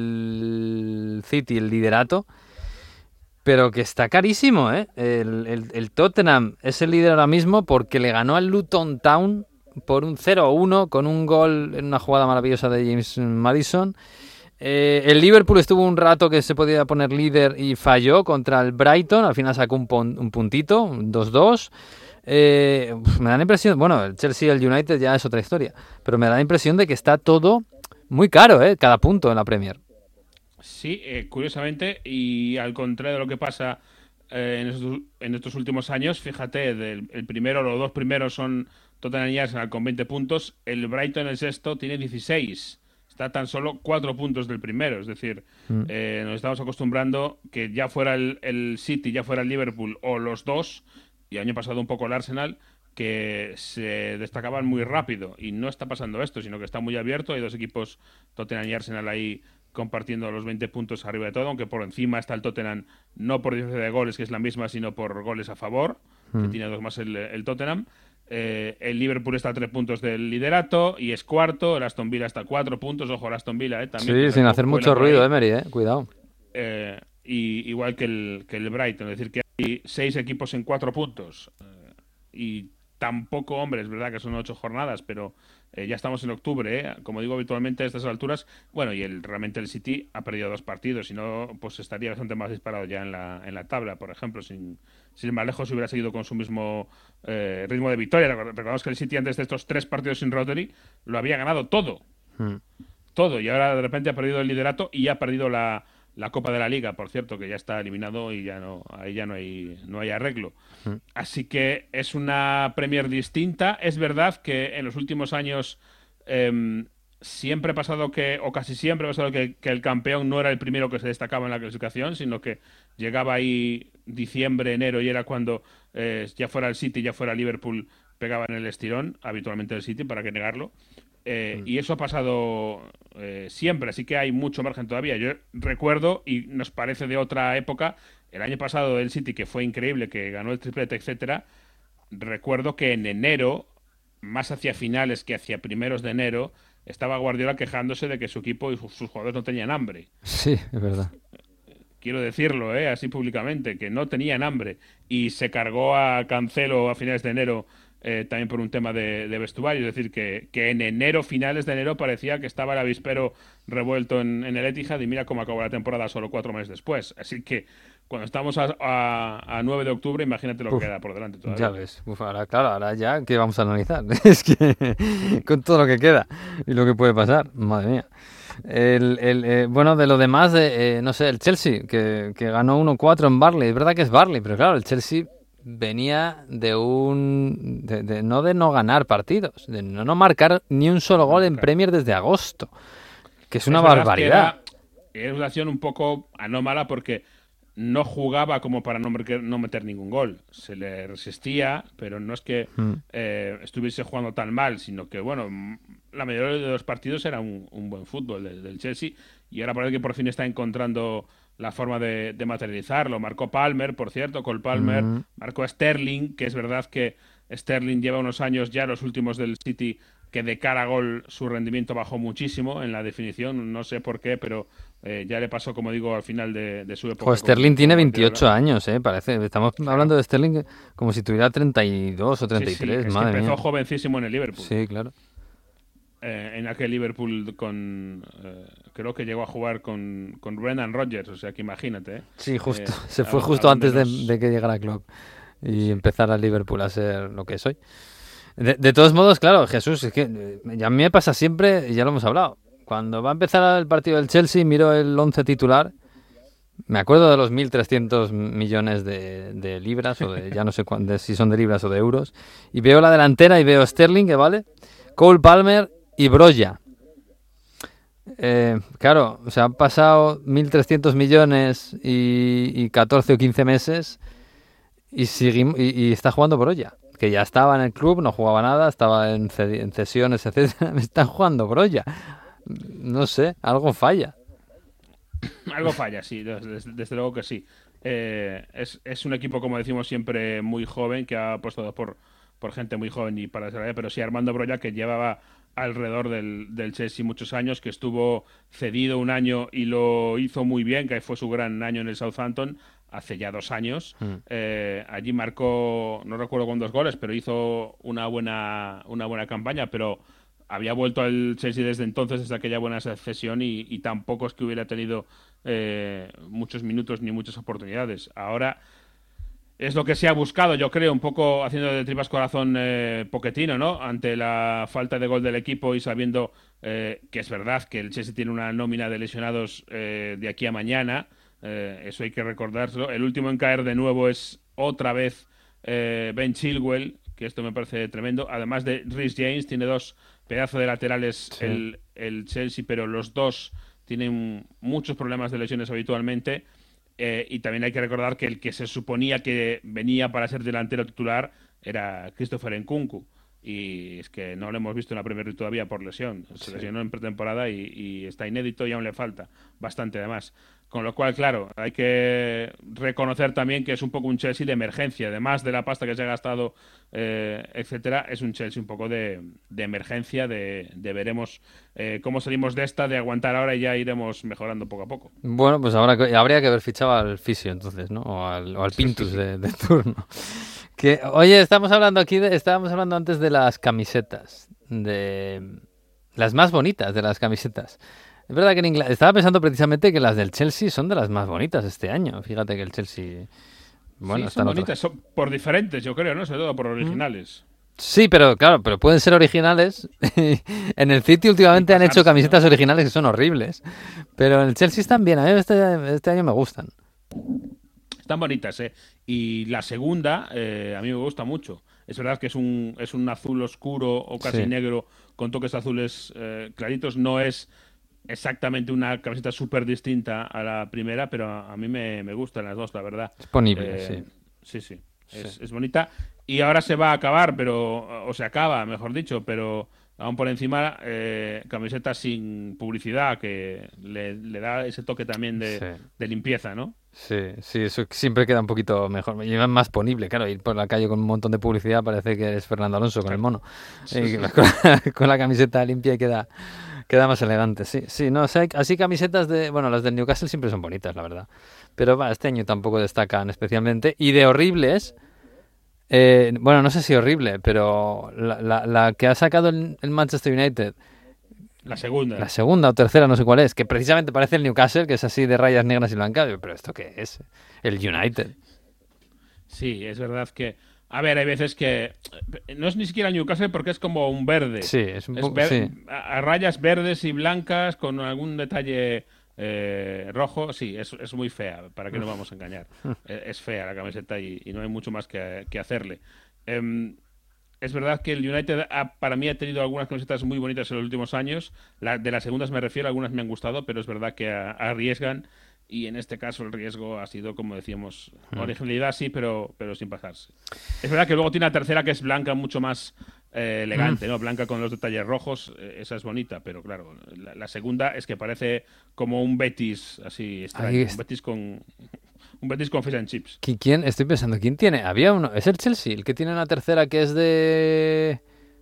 el City el liderato, pero que está carísimo, ¿eh? El, el, el Tottenham es el líder ahora mismo porque le ganó al Luton Town por un cero uno con un gol en una jugada maravillosa de James Maddison. Eh, el Liverpool estuvo un rato que se podía poner líder y falló contra el Brighton, al final sacó un, pon, un puntito, un dos dos. Eh, me da la impresión, bueno, el Chelsea y el United ya es otra historia, pero me da la impresión de que está todo muy caro, ¿eh? Cada punto en la Premier. Sí, eh, curiosamente, y al contrario de lo que pasa eh, en, estos, en estos últimos años, fíjate, del, el primero, los dos primeros son Tottenham y Arsenal con veinte puntos, el Brighton, el sexto, tiene dieciséis. Está tan solo cuatro puntos del primero, es decir, mm. eh, nos estamos acostumbrando que ya fuera el, el City, ya fuera el Liverpool o los dos, y el año pasado un poco el Arsenal, que se destacaban muy rápido, y no está pasando esto, sino que está muy abierto. Hay dos equipos, Tottenham y Arsenal, ahí compartiendo los veinte puntos arriba de todo, aunque por encima está el Tottenham, no por diferencia de goles, que es la misma, sino por goles a favor, mm. que tiene dos más el, el Tottenham. Eh, el Liverpool está a tres puntos del liderato y es cuarto. El Aston Villa está a cuatro puntos. Ojo, el Aston Villa, eh, también. Sí, sin hacer mucho ruido, Emery, eh, cuidado. Eh, y igual que el, que el Brighton, es decir, que hay seis equipos en cuatro puntos. Eh, y tampoco, hombre, es verdad que son ocho jornadas, pero eh, ya estamos en octubre, ¿eh? Como digo habitualmente a estas alturas. Bueno, y el realmente el City ha perdido dos partidos, si no, pues estaría bastante más disparado ya en la, en la tabla, por ejemplo, sin, sin ir más lejos, si hubiera seguido con su mismo eh, ritmo de victoria. Recordamos que el City antes de estos tres partidos sin Rodri lo había ganado todo, hmm. todo, y ahora de repente ha perdido el liderato y ha perdido la La Copa de la Liga, por cierto, que ya está eliminado y ya no, ahí ya no hay, no hay arreglo. Mm. Así que es una Premier distinta. Es verdad que en los últimos años eh, siempre ha pasado que, o casi siempre ha pasado que, que el campeón no era el primero que se destacaba en la clasificación, sino que llegaba ahí diciembre, enero y era cuando eh, ya fuera el City, ya fuera Liverpool, pegaban el estirón, habitualmente el City, para qué negarlo. Eh, y eso ha pasado eh, siempre, así que hay mucho margen todavía. Yo recuerdo, y nos parece de otra época, el año pasado del City, que fue increíble, que ganó el triplete, etcétera. Recuerdo que en enero, más hacia finales que hacia primeros de enero, estaba Guardiola quejándose de que su equipo y sus jugadores no tenían hambre. Sí, es verdad. Quiero decirlo, ¿eh? Así públicamente, que no tenían hambre. Y se cargó a Cancelo a finales de enero, Eh, también por un tema de, de vestuario, es decir, que, que en enero, finales de enero, parecía que estaba el avispero revuelto en, en el Etihad y mira cómo acabó la temporada solo cuatro meses después. Así que cuando estamos a, a, a nueve de octubre, imagínate lo Uf, que queda por delante todavía. Ya ves, Uf, ahora claro, ahora ya, ¿qué vamos a analizar? Es que con todo lo que queda y lo que puede pasar, madre mía. El, el, eh, bueno, de lo demás, eh, no sé, el Chelsea, que, que ganó uno cuatro en Burnley, es verdad que es Burnley, pero claro, el Chelsea venía de un de, de no de no ganar partidos, de no, no marcar ni un solo gol en Premier desde agosto, que es, es una barbaridad. Que era, era una acción un poco anómala porque no jugaba como para no, no meter ningún gol, se le resistía, pero no es que mm. eh, estuviese jugando tan mal, sino que bueno, la mayoría de los partidos era un, un buen fútbol del, del Chelsea, y ahora parece que por fin está encontrando la forma de, de materializarlo. Marcó Palmer, por cierto, Cole Palmer, mm. marcó Sterling, que es verdad que Sterling lleva unos años ya, los últimos del City, que de cara a gol su rendimiento bajó muchísimo en la definición, no sé por qué, pero eh, ya le pasó, como digo, al final de, de su época. Pues Sterling tiene veintiocho años, eh, parece. Estamos claro. hablando de Sterling como si tuviera treinta y dos o treinta y tres, sí, sí, madre es que empezó mía. jovencísimo en el Liverpool. Sí, claro. Eh, en aquel Liverpool con eh, creo que llegó a jugar con, con Brendan Rodgers, o sea que imagínate. ¿eh? Sí, justo. Eh, se fue a, justo a antes de, los... de que llegara Klopp y sí. empezar a Liverpool a ser lo que es hoy. De, de todos modos, claro, Jesús, es que a mí me pasa siempre, y ya lo hemos hablado, cuando va a empezar el partido del Chelsea, miro el once titular, me acuerdo de los mil trescientos millones de, de libras, o de ya no sé cuándo, si son de libras o de euros, y veo la delantera y veo Sterling, que vale, Cole Palmer y Broja. Eh, claro, o sea, han pasado mil trescientos millones y, y catorce o quince meses y, seguimos, y, y está jugando Broja, que ya estaba en el club, no jugaba nada, estaba en, ced- en cesiones, etcétera. Me están jugando Broja. No sé, algo falla. Algo falla, sí, desde, desde luego que sí. Eh, es, es un equipo, como decimos siempre, muy joven, que ha apostado por, por gente muy joven y para desarrollar, pero sí, Armando Broja, que llevaba alrededor del, del Chelsea muchos años, que estuvo cedido un año y lo hizo muy bien, que fue su gran año en el Southampton, hace ya dos años. Mm. Eh, allí marcó, no recuerdo cuántos goles, pero hizo una buena, una buena campaña, pero había vuelto al Chelsea desde entonces, desde aquella buena cesión, y, y tampoco es que hubiera tenido eh, muchos minutos ni muchas oportunidades. Ahora es lo que se ha buscado, yo creo, un poco haciendo de tripas corazón eh, Pochettino, ¿no? Ante la falta de gol del equipo y sabiendo eh, que es verdad que el Chelsea tiene una nómina de lesionados eh, de aquí a mañana, eh, eso hay que recordárselo. El último en caer de nuevo es otra vez eh, Ben Chilwell, que esto me parece tremendo. Además de Reece James, tiene dos pedazos de laterales sí. el, el Chelsea, pero los dos tienen muchos problemas de lesiones habitualmente. Eh, y también hay que recordar que el que se suponía que venía para ser delantero titular era Christopher Nkunku, y es que no lo hemos visto en la Premier League todavía por lesión. Se sí. lesionó en pretemporada y, y está inédito y aún le falta bastante además. Con lo cual, claro, hay que reconocer también que es un poco un Chelsea de emergencia, además de la pasta que se ha gastado, eh, etcétera, es un Chelsea un poco de, de emergencia, de, de veremos eh, cómo salimos de esta, de aguantar ahora y ya iremos mejorando poco a poco. Bueno, pues ahora habría que haber fichado al fisio entonces, ¿no? O al, o al Pintus de, de turno. Que, oye, estamos hablando aquí, de, estábamos hablando antes de las camisetas, de las más bonitas de las camisetas. Es verdad que en Inglaterra, estaba pensando precisamente que las del Chelsea son de las más bonitas este año. Fíjate que el Chelsea, bueno, sí, están son bonitas, son por diferentes, yo creo, ¿no? Sobre todo por originales. Sí, pero claro, pero pueden ser originales. En el City últimamente han hecho camisetas ¿no? originales que son horribles, pero en el Chelsea están bien. A mí este, este año me gustan. Están bonitas, ¿eh? Y la segunda, eh, a mí me gusta mucho. Es verdad que es un, es un azul oscuro o casi sí. negro con toques azules eh, claritos. No es exactamente una camiseta súper distinta a la primera, pero a, a mí me, me gustan las dos, la verdad. Disponible, eh, sí. Sí, sí. Es, sí. es bonita. Y ahora se va a acabar, pero o se acaba, mejor dicho, pero aún por encima, eh, camiseta sin publicidad, que le, le da ese toque también de, sí. de limpieza, ¿no? Sí, sí, eso siempre queda un poquito mejor. Y es más ponible, claro, ir por la calle con un montón de publicidad parece que eres Fernando Alonso con el mono. Sí, y sí. Con, la, con la camiseta limpia queda, queda más elegante, sí. Sí, no, o sea, así camisetas de... Bueno, las del Newcastle siempre son bonitas, la verdad. Pero va, este año tampoco destacan especialmente. Y de horribles... Eh, bueno, no sé si horrible, pero la, la, la que ha sacado el, el Manchester United... La segunda. La segunda o tercera, no sé cuál es, que precisamente parece el Newcastle, que es así de rayas negras y blancas. Pero ¿esto qué es? El United. Sí, es verdad que... A ver, hay veces que... No es ni siquiera el Newcastle porque es como un verde. Sí, es un es poco... ver... sí. A, a rayas verdes y blancas con algún detalle eh, rojo. Sí, es, es muy fea, para qué nos vamos a engañar. Es fea la camiseta y, y no hay mucho más que, que hacerle. Eh, Es verdad que el United ha, para mí ha tenido algunas camisetas muy bonitas en los últimos años. La, de las segundas me refiero, algunas me han gustado, pero es verdad que a, arriesgan y en este caso el riesgo ha sido, como decíamos, mm. originalidad sí, pero, pero sin pasarse. Es verdad que luego tiene la tercera que es blanca, mucho más eh, elegante, mm. ¿no? Blanca con los detalles rojos, eh, esa es bonita, pero claro, la, la segunda es que parece como un Betis así extraño, un Betis con... Un Betis con fish and chips. ¿Quién? Estoy pensando, ¿quién tiene? Había uno, es el Chelsea, el que tiene una tercera que es de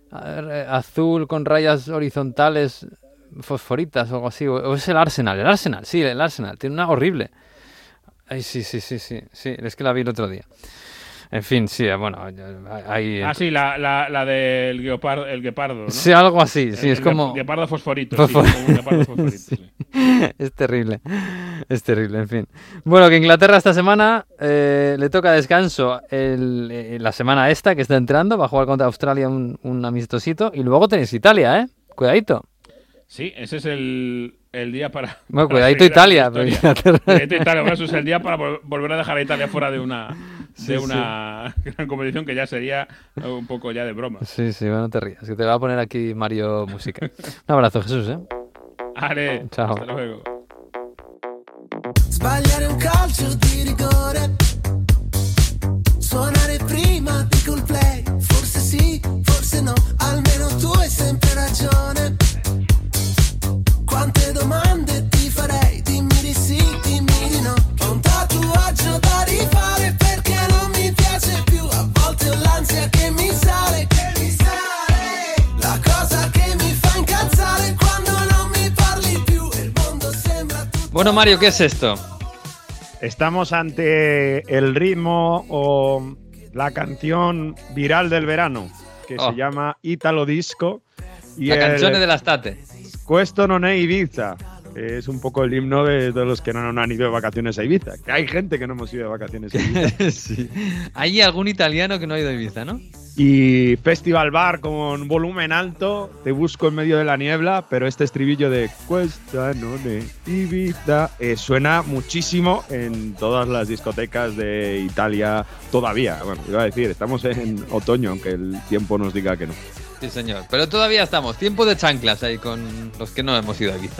azul con rayas horizontales fosforitas o algo así, o es el Arsenal, el Arsenal, sí, el Arsenal, tiene una horrible. Ay, sí, sí, sí, sí, sí, es que la vi el otro día. En fin, sí, bueno, hay... Ah, sí, la, la, la del guepardo, el guepardo, ¿no? Sí, algo así, sí, el, es como... El guepardo fosforito, Fosfor... sí, como un guepardo fosforito, sí. Sí. Es terrible, es terrible, en fin. Bueno, que Inglaterra esta semana eh, le toca descanso el, eh, la semana esta que está entrando, va a jugar contra Australia un, un amistosito, y luego tenéis Italia, ¿eh? Cuidadito. Sí, ese es el, el día para... Bueno, para cuidadito Italia. Pero Inglaterra... Cuidadito Italia, bueno, eso es el día para volver a dejar a Italia fuera de una... de sí, una sí. gran competición que ya sería un poco ya de broma. Sí, sí, bueno, no te rías, que te va a poner aquí Mario música. Un abrazo, Jesús, ¿eh? Ale, ciao. Hasta luego. Sbagliare un calcio di rigore, suonare prima di col play, forse sì, forse no, almeno tu hai sempre ragione. Quante domande ti farei, dimmi di sì, dimmi di no. Ho un tatuaggio da rifare perché non mi piace più, a volte ho l'ansia che mi sale, che mi sale, la cosa che mi fa incazzare quando non mi parli più e il mondo sembra tutto. Bueno, Mario, ¿qué es esto? Estamos ante el ritmo o la canción viral del verano, que oh. se llama Italo Disco. Y la canción de l'estate. Questo non è Ibiza. Es un poco el himno de, de los que no, no han ido de vacaciones a Ibiza. Que hay gente que no hemos ido de vacaciones a Ibiza. Sí. Hay algún italiano que no ha ido a Ibiza, ¿no? Y Festival Bar con volumen alto, te busco en medio de la niebla, pero este estribillo de Questa non è Ibiza eh, suena muchísimo en todas las discotecas de Italia todavía. Bueno, iba a decir, estamos en otoño, aunque el tiempo nos diga que no. Sí, señor. Pero todavía estamos. Tiempo de chanclas ahí con los que no hemos ido a Ibiza.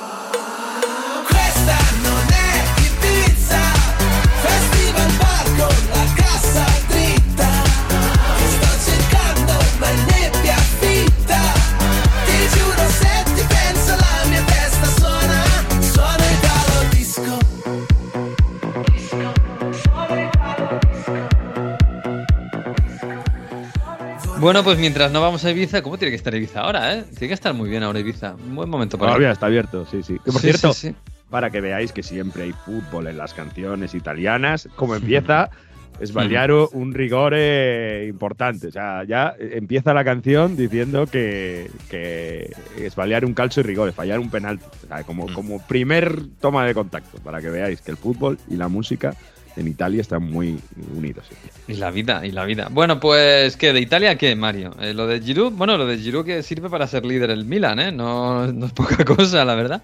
Bueno, pues mientras no vamos a Ibiza, ¿cómo tiene que estar Ibiza ahora, eh? Tiene que estar muy bien ahora Ibiza. Un buen momento para... Todavía está abierto, sí, sí. Que por sí, cierto, sí, sí. para que veáis que siempre hay fútbol en las canciones italianas, como empieza Sbagliare un rigore importante. O sea, ya empieza la canción diciendo que, que Sbagliare un calcio y rigore, fallar un penalti. O sea, como, como primer toma de contacto, para que veáis que el fútbol y la música en Italia están muy unidos. Y la vida, y la vida. Bueno, pues, ¿qué? ¿De Italia qué, Mario? Eh, lo de Giroud, bueno, lo de Giroud que sirve para ser líder el Milan, ¿eh? No, no es poca cosa, la verdad.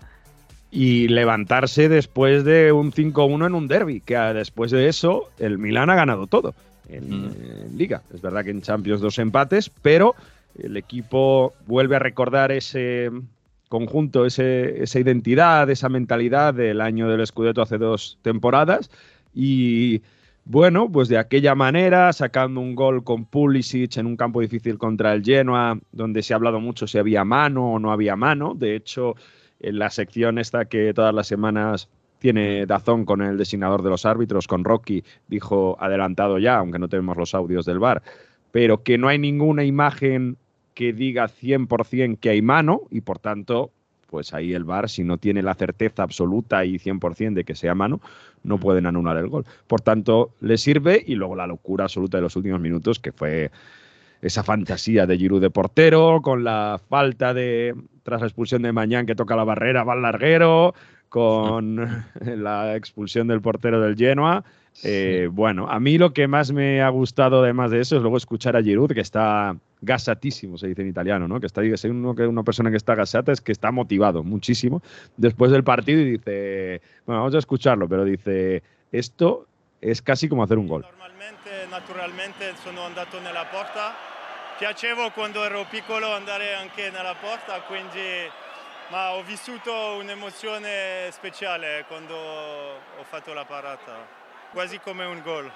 Y levantarse después de un cinco uno en un derbi, que después de eso el Milan ha ganado todo en, mm. en Liga. Es verdad que en Champions dos empates, pero el equipo vuelve a recordar ese conjunto, ese, esa identidad, esa mentalidad del año del Scudetto hace dos temporadas. Y bueno, pues de aquella manera, sacando un gol con Pulisic en un campo difícil contra el Genoa, donde se ha hablado mucho si había mano o no había mano. De hecho, en la sección esta que todas las semanas tiene Dazón con el designador de los árbitros, con Rocky, dijo adelantado ya, aunque no tenemos los audios del V A R, pero que no hay ninguna imagen que diga cien por ciento que hay mano y por tanto, pues ahí el V A R, si no tiene la certeza absoluta y cien por ciento de que sea mano, no pueden anular el gol. Por tanto, le sirve y luego la locura absoluta de los últimos minutos, que fue esa fantasía de Giroud de portero, con la falta de, tras la expulsión de Mañán que toca la barrera, va al larguero, con la expulsión del portero del Genoa. Eh, bueno, a mí lo que más me ha gustado además de eso es luego escuchar a Giroud, que está gasatísimo, se dice en italiano, ¿no? Que está, si hay uno, que una persona que está gasata es que está motivado muchísimo después del partido y dice, bueno, vamos a escucharlo, pero dice, esto es casi como hacer un gol. Normalmente, naturalmente sono andato nella porta. Piacevo quando ero piccolo andare anche nella porta, quindi ma ho vissuto un'emozione speciale quando ho fatto la parata, quasi come un gol.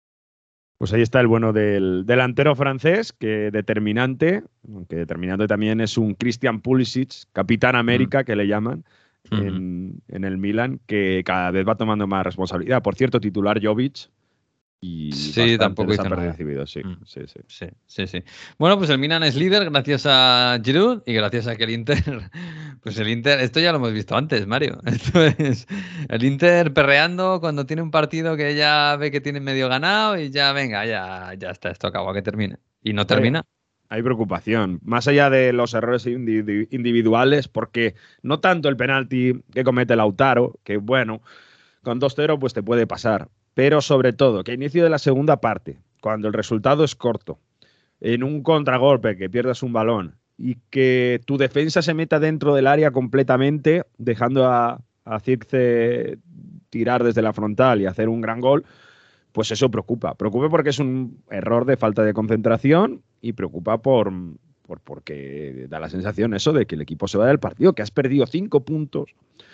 Pues ahí está el bueno del delantero francés, que determinante, aunque determinante también es un Christian Pulisic, capitán América, mm. que le llaman, mm. en, en el Milan, que cada vez va tomando más responsabilidad. Por cierto, titular Jovic. Y sí, tampoco hizo nada. Sí, mm. sí, sí. sí, sí, sí. Bueno, pues el Milan es líder gracias a Giroud y gracias a que el Inter, pues el Inter, esto ya lo hemos visto antes, Mario. Esto es el Inter perreando cuando tiene un partido que ya ve que tiene medio ganado y ya venga, ya, ya está, esto acabó, que termine. Y no termina. Hay, hay preocupación, más allá de los errores individuales, porque no tanto el penalti que comete Lautaro, que bueno, con dos cero pues te puede pasar. Pero sobre todo, que a inicio de la segunda parte, cuando el resultado es corto, en un contragolpe que pierdas un balón y que tu defensa se meta dentro del área completamente, dejando a, a Zirkzee tirar desde la frontal y hacer un gran gol, pues eso preocupa. Preocupa porque es un error de falta de concentración y preocupa por, por porque da la sensación eso de que el equipo se va del partido, que has perdido cinco puntos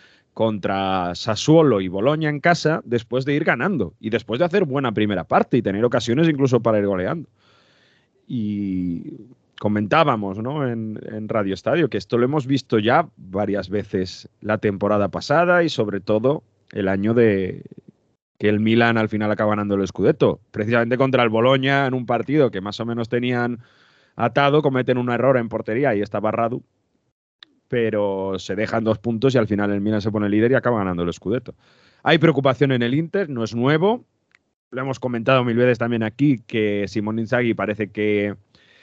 contra Sassuolo y Bologna en casa después de ir ganando y después de hacer buena primera parte y tener ocasiones incluso para ir goleando. Y comentábamos, ¿no? en, en Radio Estadio que esto lo hemos visto ya varias veces la temporada pasada y sobre todo el año de que el Milan al final acaba ganando el Scudetto. Precisamente contra el Bologna en un partido que más o menos tenían atado, cometen un error en portería y estaba Radu, pero se dejan dos puntos y al final el Milan se pone líder y acaba ganando el Scudetto. Hay preocupación en el Inter, no es nuevo. Lo hemos comentado mil veces también aquí, que Simone Inzaghi parece que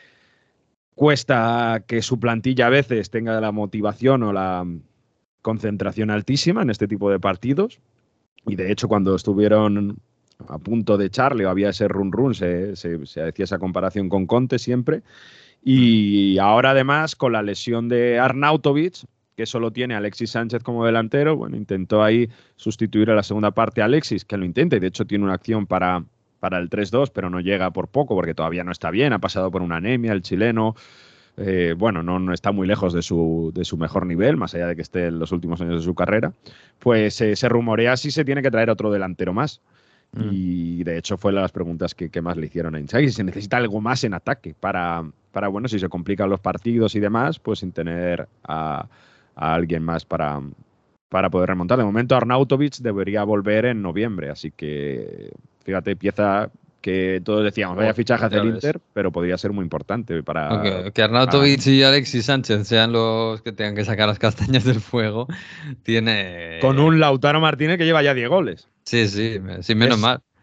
cuesta que su plantilla a veces tenga la motivación o la concentración altísima en este tipo de partidos. Y de hecho, cuando estuvieron a punto de echarle o había ese run-run, se, se, se decía esa comparación con Conte siempre. Y ahora además con la lesión de Arnautovic, que solo tiene a Alexis Sánchez como delantero, bueno, intentó ahí sustituir a la segunda parte a Alexis, que lo intenta y de hecho tiene una acción para, para el tres dos, pero no llega por poco porque todavía no está bien, ha pasado por una anemia el chileno, eh, bueno, no, no está muy lejos de su, de su mejor nivel, más allá de que esté en los últimos años de su carrera, pues eh, se rumorea si se tiene que traer otro delantero más. Mm. Y de hecho fue una de las preguntas que, que más le hicieron a Inzaghi, si se necesita algo más en ataque para... para, bueno, si se complican los partidos y demás, pues sin tener a, a alguien más para, para poder remontar. De momento Arnautovic debería volver en noviembre, así que fíjate, pieza que todos decíamos, vaya fichaje hacia el Inter, pero podría ser muy importante para... Okay, que Arnautovic para... y Alexis Sánchez sean los que tengan que sacar las castañas del fuego, tiene... Con un Lautaro Martínez que lleva ya diez goles. Sí, sí, sí, menos es, mal.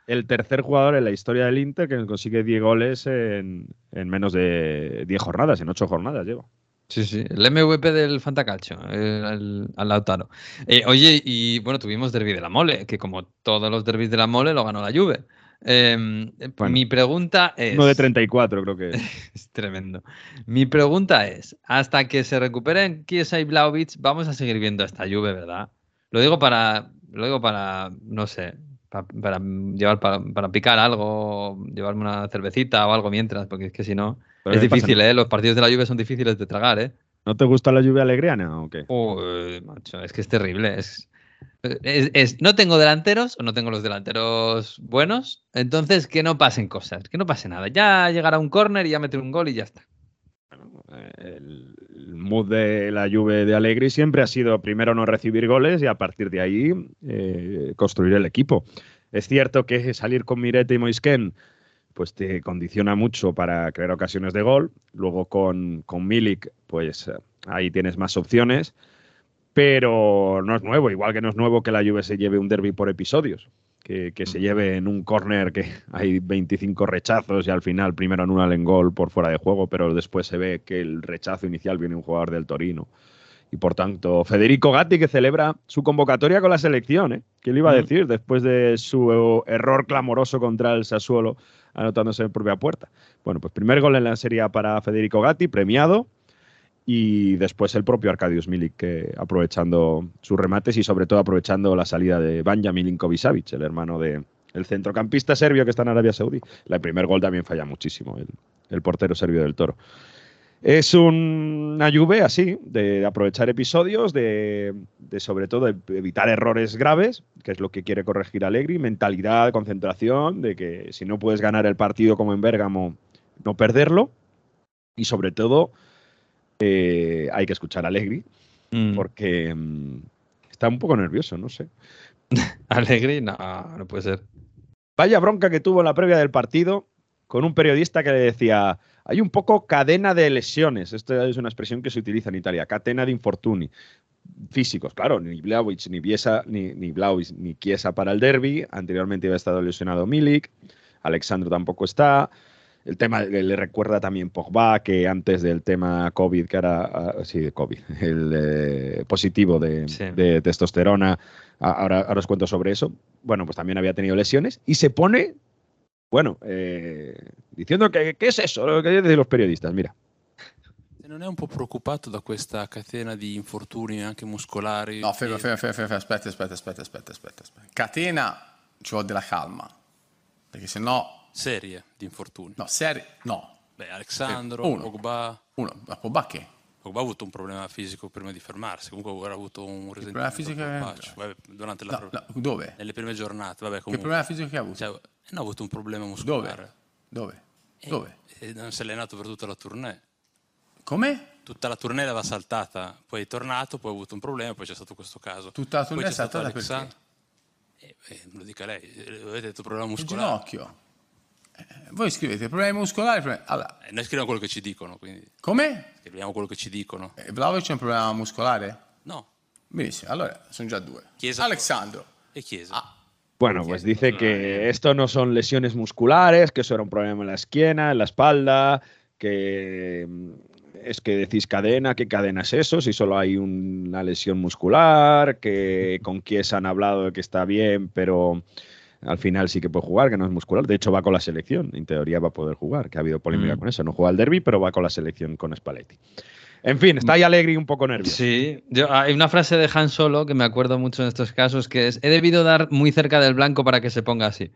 el tercer jugador en la historia del Inter que consigue diez goles en, en menos de diez jornadas, en ocho jornadas lleva. Sí, sí, el M V P del Fantacalcio, el, el Lautaro. Eh, oye, y bueno, tuvimos Derby de la Mole, que como todos los derbis de la Mole lo ganó la Juve. Eh, Bueno, mi pregunta es... Uno de treinta y cuatro creo que es. Es tremendo. Mi pregunta es, hasta que se recuperen Chiesa y Vlahovic, vamos a seguir viendo esta Juve, ¿verdad? Lo digo para, lo digo para, no sé, para, para llevar, para, para picar algo, llevarme una cervecita o algo mientras, porque es que si no, Pero es ¿qué pasa? difícil, ¿eh? Los partidos de la Juve son difíciles de tragar, ¿eh? ¿No te gusta la lluvia alegriana o qué? Uy, macho, es que es terrible. Es, es- es- no tengo delanteros o no tengo los delanteros buenos, entonces que no pasen cosas, que no pase nada. Ya llegará un córner y ya meter un gol y ya está. El, el mood de la Juve de Allegri siempre ha sido primero no recibir goles y a partir de ahí eh, construir el equipo. Es cierto que salir con Mirete y Moisken pues te condiciona mucho para crear ocasiones de gol. Luego con, con Milik, pues eh, ahí tienes más opciones. Pero no es nuevo, igual que no es nuevo que la Juve se lleve un derbi por episodios. Que, que se lleve en un córner que hay veinticinco rechazos y al final primero anulan gol por fuera de juego, pero después se ve que el rechazo inicial viene de un jugador del Torino. Y por tanto, Federico Gatti, que celebra su convocatoria con la selección, ¿eh? ¿Qué le iba a Mm. decir después de su error clamoroso contra el Sassuolo, anotándose en propia puerta? Bueno, pues primer gol en la Serie A para Federico Gatti, premiado. Y después el propio Arkadiusz Milik, que aprovechando sus remates y sobre todo aprovechando la salida de Banja Milinković-Savić, el hermano del centrocampista serbio que está en Arabia Saudí. El primer gol también falla muchísimo, el, el portero serbio del Toro. Es un- una Juve así, de aprovechar episodios, de, de sobre todo evitar errores graves, que es lo que quiere corregir Allegri, mentalidad, concentración, de que si no puedes ganar el partido como en Bérgamo, no perderlo. Y sobre todo, eh, hay que escuchar a Allegri, Mm. porque mm, está un poco nervioso, no sé. Allegri, no, no puede ser. Vaya bronca que tuvo en la previa del partido con un periodista que le decía: hay un poco cadena de lesiones. Esta es una expresión que se utiliza en Italia, catena de infortuni. Físicos, claro, ni Vlahovic, ni Chiesa, ni, ni Vlahovic, ni Chiesa para el derby. Anteriormente había estado lesionado Milik, Alexandro tampoco está. El tema le le recuerda también Pogba, que antes del tema COVID, que era, ah, sí, de COVID, el eh, positivo de, Sí. de testosterona, a- ahora, ahora os cuento sobre eso. Bueno, pues también había tenido lesiones y se pone, bueno, eh, diciendo que qué es eso, lo que dicen los periodistas, mira. Non è un po' preoccupato da questa catena di infortuni anche muscolari? No, fermo, fermo, fermo, fermo, aspetta, aspetta, aspetta, aspetta, aspetta, aspetta. Catena, ci vuole della calma, perché sennò... Serie di infortuni? No, serie, no. Beh, Alexandro, Uno. Pogba... Uno, ma Pogba che? Pogba ha avuto un problema fisico prima di fermarsi, comunque aveva avuto un risentimento problema fisico al che- polpaccio. Vabbè, durante la No, pro- no, dove? nelle prime giornate. Vabbè, Che comunque. problema fisico che ha avuto? Cioè, eh, no, ha avuto un problema muscolare. Dove? E- Dove? E non si è allenato per tutta la tournée. Come? Tutta la tournée l'aveva saltata, poi è tornato, poi ha avuto un problema, poi c'è stato questo caso. Tutta la Poi tournée c'è stato saltata perché? Alexandro. Eh, eh, me lo dica lei, eh, avete detto problema Il muscolare. ginocchio. Eh, voi scrivete problemi muscolari. problemi- Allora, Eh, noi scriviamo quello che ci dicono, quindi come? scriviamo quello che ci dicono. Eh, Vlahovic c'è un problema muscolare? No. Benissimo, allora sono già due. Chiesa- Alexandro. E Chiesa. Ah, Bueno, pues dice que esto no son lesiones musculares, que eso era un problema en la esquina, en la espalda, que mm, es que decís cadena, ¿qué cadena es eso? Si solo hay un- una lesión muscular, que con Chiesa han hablado de que está bien, pero al final sí que puede jugar, que no es muscular. De hecho, va con la selección, en teoría va a poder jugar, que ha habido polémica Mm. con eso. No juega al derby, pero va con la selección con Spalletti. En fin, está ahí Allegri un poco nervioso. Sí, yo, hay una frase de Han Solo que me acuerdo mucho en estos casos, que es: he debido dar muy cerca del blanco para que se ponga así.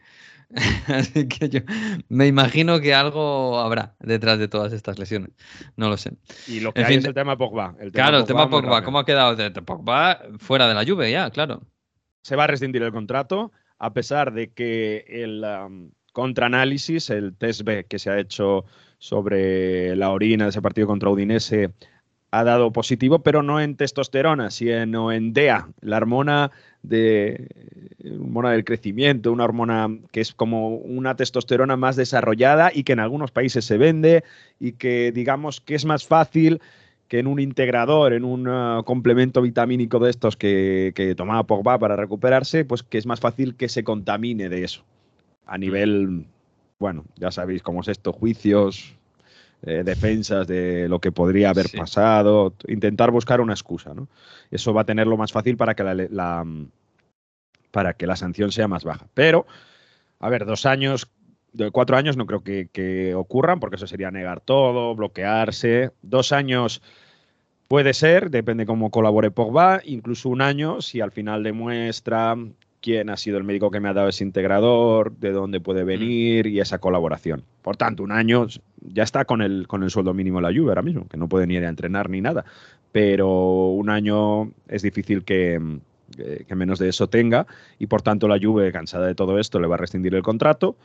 Así que yo me imagino que algo habrá detrás de todas estas lesiones. No lo sé. Y lo que En hay fin, es el tema Pogba. El tema Claro, el tema muy Pogba. rápido. ¿Cómo ha quedado? De- de Pogba fuera de la Juve ya, claro. Se va a rescindir el contrato, a pesar de que el um, contraanálisis, el test B que se ha hecho sobre la orina de ese partido contra Udinese, ha dado positivo, pero no en testosterona, sino en D E A, la hormona, de, hormona del crecimiento, una hormona que es como una testosterona más desarrollada y que en algunos países se vende y que digamos que es más fácil que en un integrador, en un uh, complemento vitamínico de estos que, que tomaba Pogba para recuperarse, pues que es más fácil que se contamine de eso. a nivel, bueno, ya sabéis cómo es esto, juicios, eh, defensas de lo que podría haber sí. pasado, intentar buscar una excusa, ¿no? Eso va a tenerlo más fácil para que la, la, para que la sanción sea más baja. Pero, a ver, dos años, de cuatro años no creo que, que ocurran, porque eso sería negar todo, bloquearse. Dos años puede ser, depende cómo colabore Pogba, incluso un año si al final demuestra quién ha sido el médico que me ha dado ese integrador, de dónde puede venir y esa colaboración. Por tanto, un año ya está con el, con el sueldo mínimo la Juve ahora mismo, que no puede ni ir a entrenar ni nada. Pero un año es difícil que, que menos de eso tenga y por tanto la Juve, cansada de todo esto, le va a rescindir el contrato.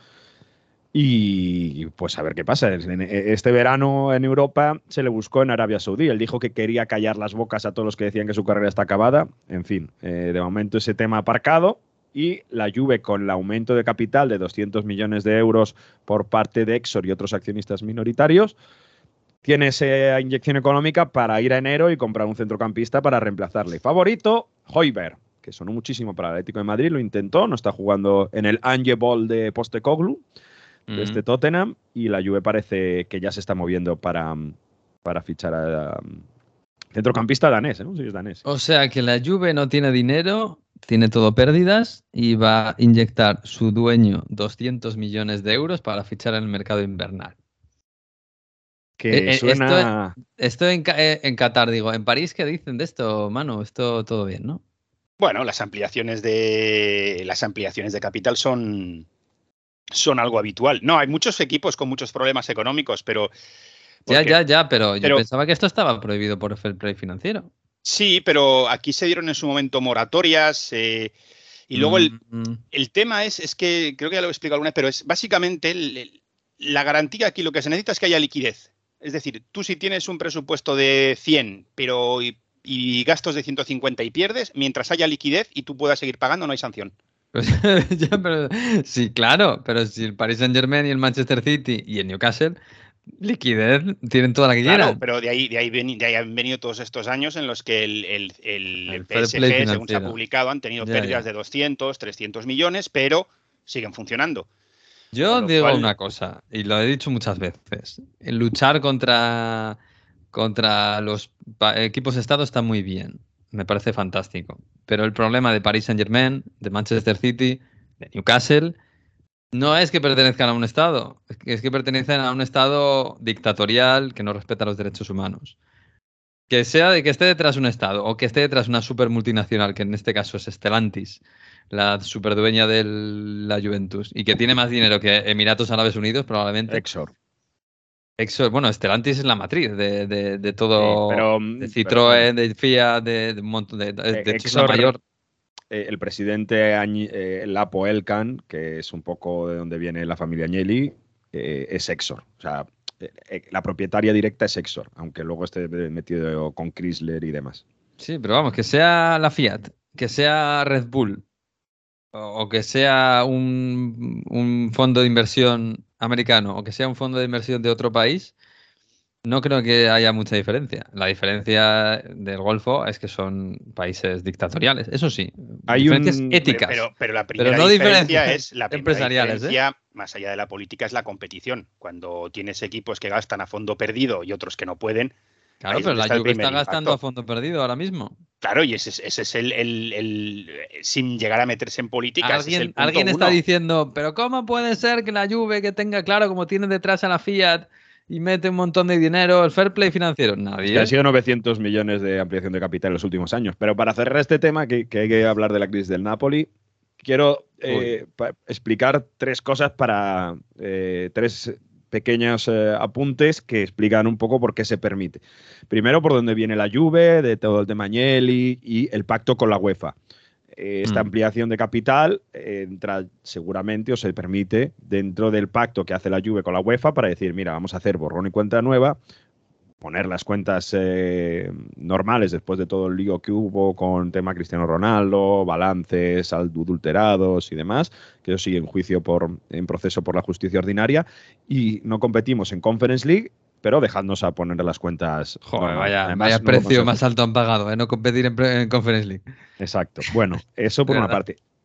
Y pues a ver qué pasa. Este verano en Europa se le buscó en Arabia Saudí. Él dijo que quería callar las bocas a todos los que decían que su carrera está acabada. En fin, eh, de momento ese tema aparcado. Y la Juve, con el aumento de capital de doscientos millones de euros por parte de Exor y otros accionistas minoritarios, tiene esa inyección económica para ir a enero y comprar un centrocampista para reemplazarle. Favorito, Højbjerg, que sonó muchísimo para el Atlético de Madrid, lo intentó, no está jugando en el Ange Ball de Postecoglou, de este Tottenham, y la Juve parece que ya se está moviendo para, para fichar a, a centrocampista danés, ¿no? Sí, es danés. O sea que la Juve no tiene dinero, tiene todo pérdidas y va a inyectar su dueño doscientos millones de euros para fichar en el mercado invernal. Que eh, suena... Esto, esto en, en Qatar, digo, en París, ¿qué dicen de esto, Manu? Esto todo bien, ¿no? Bueno, las ampliaciones de las ampliaciones de capital son son algo habitual. No, hay muchos equipos con muchos problemas económicos, pero... Porque, ya, ya, ya, pero, pero yo pensaba que esto estaba prohibido por el fair play financiero. Sí, pero aquí se dieron en su momento moratorias eh, y luego el, mm. el tema es, es que, creo que ya lo he explicado alguna vez, pero es básicamente el, el, la garantía aquí, lo que se necesita es que haya liquidez. Es decir, tú si tienes un presupuesto de cien pero y, y gastos de ciento cincuenta y pierdes, mientras haya liquidez y tú puedas seguir pagando, no hay sanción. Pues, ya, pero, sí, claro, pero si el Paris Saint-Germain y el Manchester City y el Newcastle, liquidez, tienen toda la que claro, quieran. Pero de ahí, de, ahí ven, de ahí han venido todos estos años en los que el, el, el, el P S G, según se ha publicado, han tenido ya, pérdidas ya. de doscientos, trescientos millones, pero siguen funcionando. Yo digo cual... una cosa, y lo he dicho muchas veces, luchar contra, contra los equipos de Estado está muy bien. Me parece fantástico. Pero el problema de Paris Saint-Germain, de Manchester City, de Newcastle, no es que pertenezcan a un Estado, es que pertenecen a un Estado dictatorial que no respeta los derechos humanos. Que sea de que esté detrás un Estado o que esté detrás una super multinacional, que en este caso es Stellantis, la superdueña de la Juventus, y que tiene más dinero que Emiratos Árabes Unidos, probablemente. Exor. Exor, bueno, Stellantis es la matriz de, de, de todo, sí, pero, de Citroën, pero, de Fiat, de, de un montón de... de, de hecho, es la mayor... Eh, el presidente eh, Lapo Elkan, que es un poco de donde viene la familia Agnelli, eh, es Exor. O sea, eh, la propietaria directa es Exor, aunque luego esté metido con Chrysler y demás. Sí, pero vamos, que sea la Fiat, que sea Red Bull, o, o que sea un, un fondo de inversión americano, o que sea un fondo de inversión de otro país, no creo que haya mucha diferencia. La diferencia del Golfo es que son países dictatoriales. Eso sí, hay diferencias un... éticas. Pero, pero, pero la primera pero no diferencia es la primera empresariales, diferencia, ¿eh? Más allá de la política, es la competición. Cuando tienes equipos que gastan a fondo perdido y otros que no pueden. Claro, pero la Juve está gastando impacto. a fondo perdido ahora mismo. Claro, y ese, ese es el, el, el, el... sin llegar a meterse en política. Alguien, es el alguien está uno. diciendo, pero ¿cómo puede ser que la Juve, que tenga claro como tiene detrás a la Fiat y mete un montón de dinero, el fair play financiero? Nadie. Es que han sido novecientos millones de ampliación de capital en los últimos años. Pero para cerrar este tema, que, que hay que hablar de la crisis del Napoli, quiero eh, pa explicar tres cosas para eh, tres pequeños eh, apuntes que explican un poco por qué se permite. Primero, por dónde viene la Juve, de todo el tema Agnelli y el pacto con la UEFA. Esta mm. ampliación de capital eh, entra seguramente o se permite dentro del pacto que hace la Juve con la UEFA para decir, mira, vamos a hacer borrón y cuenta nueva, poner las cuentas eh, normales después de todo el lío que hubo con tema Cristiano Ronaldo, balances adulterados y demás, que eso sigue en juicio por, en proceso por la justicia ordinaria, y no competimos en Conference League, pero dejadnos a poner las cuentas. Joder, no, vaya, además, vaya no precio más alto han pagado, ¿eh? No competir en, en Conference League. Exacto. Bueno, eso por una parte.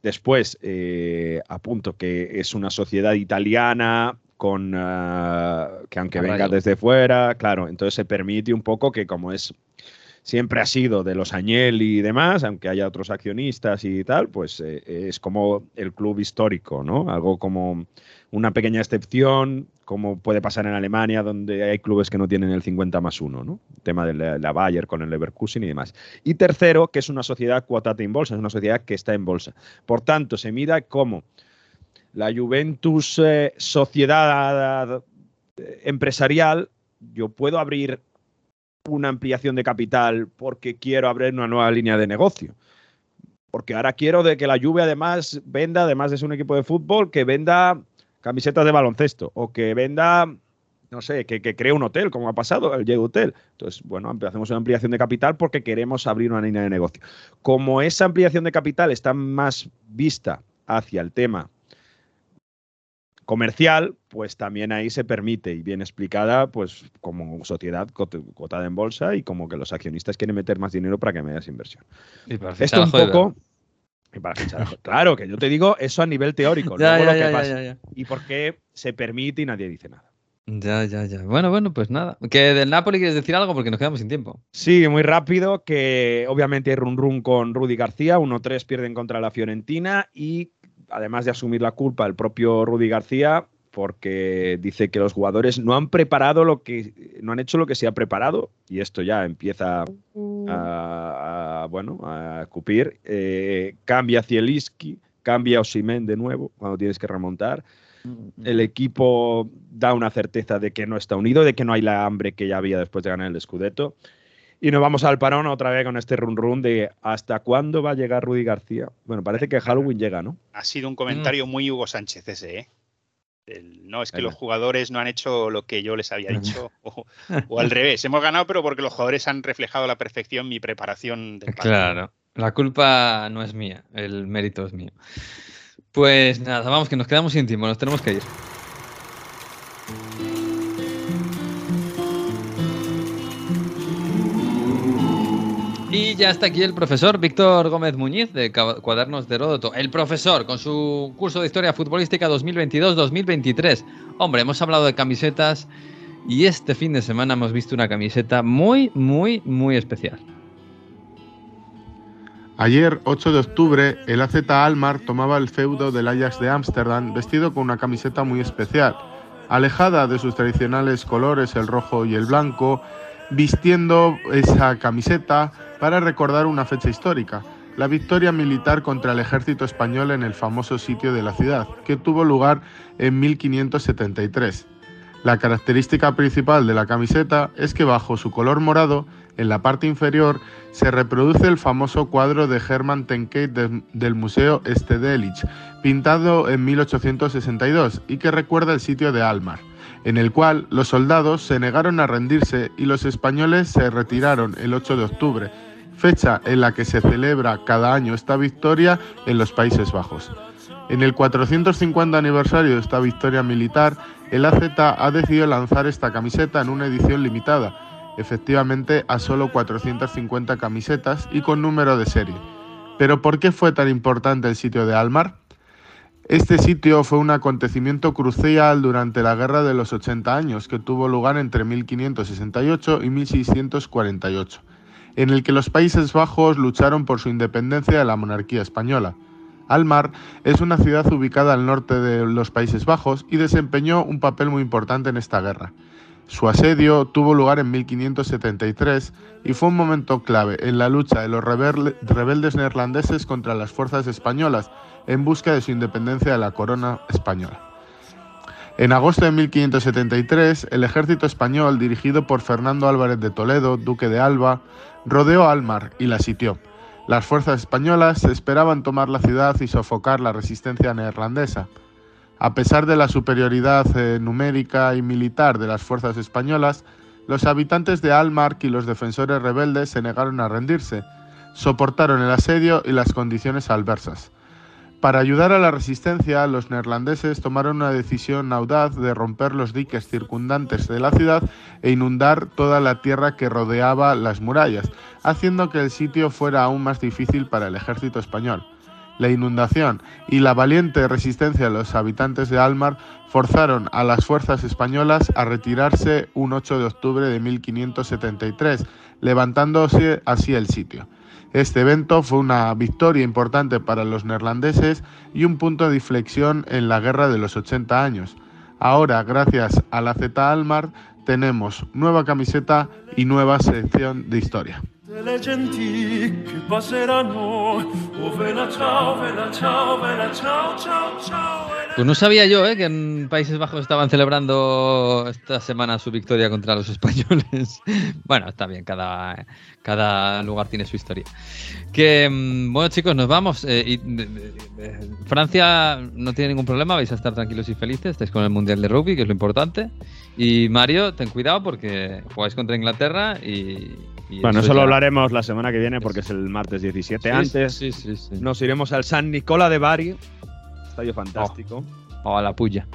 Después, eh, apunto que es una sociedad italiana con uh, que aunque venga desde fuera, claro, entonces se permite un poco que como es siempre ha sido de los Agnelli y demás, aunque haya otros accionistas y tal, pues eh, es como el club histórico, ¿no? Algo como una pequeña excepción, como puede pasar en Alemania, donde hay clubes que no tienen el cincuenta más uno, ¿no? El tema de la, la Bayer con el Leverkusen y demás. Y tercero, que es una sociedad quotata in bolsa, es una sociedad que está en bolsa. Por tanto, se mira como la Juventus eh, sociedad eh, empresarial, yo puedo abrir una ampliación de capital porque quiero abrir una nueva línea de negocio. Porque ahora quiero de que la Juve además venda, además de ser un equipo de fútbol, que venda camisetas de baloncesto o que venda, no sé, que, que cree un hotel, como ha pasado, el J Hotel. Entonces, bueno, hacemos una ampliación de capital porque queremos abrir una línea de negocio. Como esa ampliación de capital está más vista hacia el tema comercial, pues también ahí se permite y bien explicada, pues como sociedad cotada en bolsa y como que los accionistas quieren meter más dinero para que me des inversión. Y para Esto un poco... Y para fichar, claro, que yo te digo eso a nivel teórico, ya, luego ya, lo que ya, pasa. Ya, ya. Y por qué se permite y nadie dice nada. Ya, ya, ya. Bueno, bueno, pues nada. ¿Que del Napoli quieres decir algo? Porque nos quedamos sin tiempo. Sí, muy rápido, que obviamente hay run run con Rudy García, uno tres pierden contra la Fiorentina y además de asumir la culpa el propio Rudy García, porque dice que los jugadores no han preparado lo que no han hecho lo que se ha preparado y esto ya empieza a, a bueno a escupir. Eh, cambia Zielinski, cambia Osimhen de nuevo cuando tienes que remontar. El equipo da una certeza de que no está unido, de que no hay la hambre que ya había después de ganar el Scudetto. Y nos vamos al parón otra vez con este run run de ¿hasta cuándo va a llegar Rudy García? Bueno, parece que Halloween llega, ¿no? Ha sido un comentario mm. muy Hugo Sánchez ese, ¿eh? El, no, es que Ahí los jugadores no han hecho lo que yo les había dicho, o, o al revés. Hemos ganado, pero porque los jugadores han reflejado a la perfección mi preparación del partido. Claro, la culpa no es mía, el mérito es mío. Pues nada, vamos, que nos quedamos sin tiempo, nos tenemos que ir. Y ya está aquí el profesor Víctor Gómez Muñiz de Cuadernos de Heródoto. El profesor con su curso de Historia Futbolística dos mil veintidós dos mil veintitrés. Hombre, hemos hablado de camisetas y este fin de semana hemos visto una camiseta muy, muy, muy especial. Ayer, ocho de octubre, el A Z Alkmaar tomaba el feudo del Ajax de Ámsterdam vestido con una camiseta muy especial, alejada de sus tradicionales colores, el rojo y el blanco, vistiendo esa camiseta para recordar una fecha histórica, la victoria militar contra el ejército español en el famoso sitio de la ciudad, que tuvo lugar en mil quinientos setenta y tres. La característica principal de la camiseta es que bajo su color morado, en la parte inferior, se reproduce el famoso cuadro de Hermann Tenkate de, del Museo Stedelijk, pintado en mil ochocientos sesenta y dos y que recuerda el sitio de Alkmaar, en el cual los soldados se negaron a rendirse y los españoles se retiraron el ocho de octubre, fecha en la que se celebra cada año esta victoria en los Países Bajos. En el cuatrocientos cincuenta aniversario de esta victoria militar, el A Z ha decidido lanzar esta camiseta en una edición limitada, efectivamente a solo cuatrocientas cincuenta camisetas y con número de serie. ¿Pero por qué fue tan importante el sitio de Alkmaar? Este sitio fue un acontecimiento crucial durante la Guerra de los ochenta años, que tuvo lugar entre mil quinientos sesenta y ocho y mil seiscientos cuarenta y ocho, en el que los Países Bajos lucharon por su independencia de la monarquía española. Alkmaar es una ciudad ubicada al norte de los Países Bajos y desempeñó un papel muy importante en esta guerra. Su asedio tuvo lugar en mil quinientos setenta y tres y fue un momento clave en la lucha de los rebeldes neerlandeses contra las fuerzas españolas en busca de su independencia de la corona española. En agosto de mil quinientos setenta y tres, el ejército español, dirigido por Fernando Álvarez de Toledo, duque de Alba, rodeó Alkmaar y la sitió. Las fuerzas españolas esperaban tomar la ciudad y sofocar la resistencia neerlandesa. A pesar de la superioridad eh, numérica y militar de las fuerzas españolas, los habitantes de Alkmaar y los defensores rebeldes se negaron a rendirse, soportaron el asedio y las condiciones adversas. Para ayudar a la resistencia, los neerlandeses tomaron una decisión audaz de romper los diques circundantes de la ciudad e inundar toda la tierra que rodeaba las murallas, haciendo que el sitio fuera aún más difícil para el ejército español. La inundación y la valiente resistencia de los habitantes de Almar forzaron a las fuerzas españolas a retirarse un ocho de octubre de mil quinientos setenta y tres, levantándose así el sitio. Este evento fue una victoria importante para los neerlandeses y un punto de inflexión en la guerra de los ochenta años. Ahora, gracias a la Z Almar, tenemos nueva camiseta y nueva sección de historia. Delle genti che passeranno, oh vela ciao, vela ciao, vela ciao, ciao, ciao. Pues no sabía yo ¿eh? que en Países Bajos estaban celebrando esta semana su victoria contra los españoles. Bueno, está bien, cada, cada lugar tiene su historia. Que bueno, chicos, nos vamos. Eh, y, de, de, de, Francia no tiene ningún problema, vais a estar tranquilos y felices, estáis con el Mundial de Rugby, que es lo importante. Y Mario, ten cuidado porque jugáis contra Inglaterra y... y bueno, eso ya... lo hablaremos la semana que viene porque es el martes diecisiete. Sí, Antes sí, sí, sí, sí. nos iremos al San Nicola de Bari, estadio fantástico. O oh, oh, a la puya.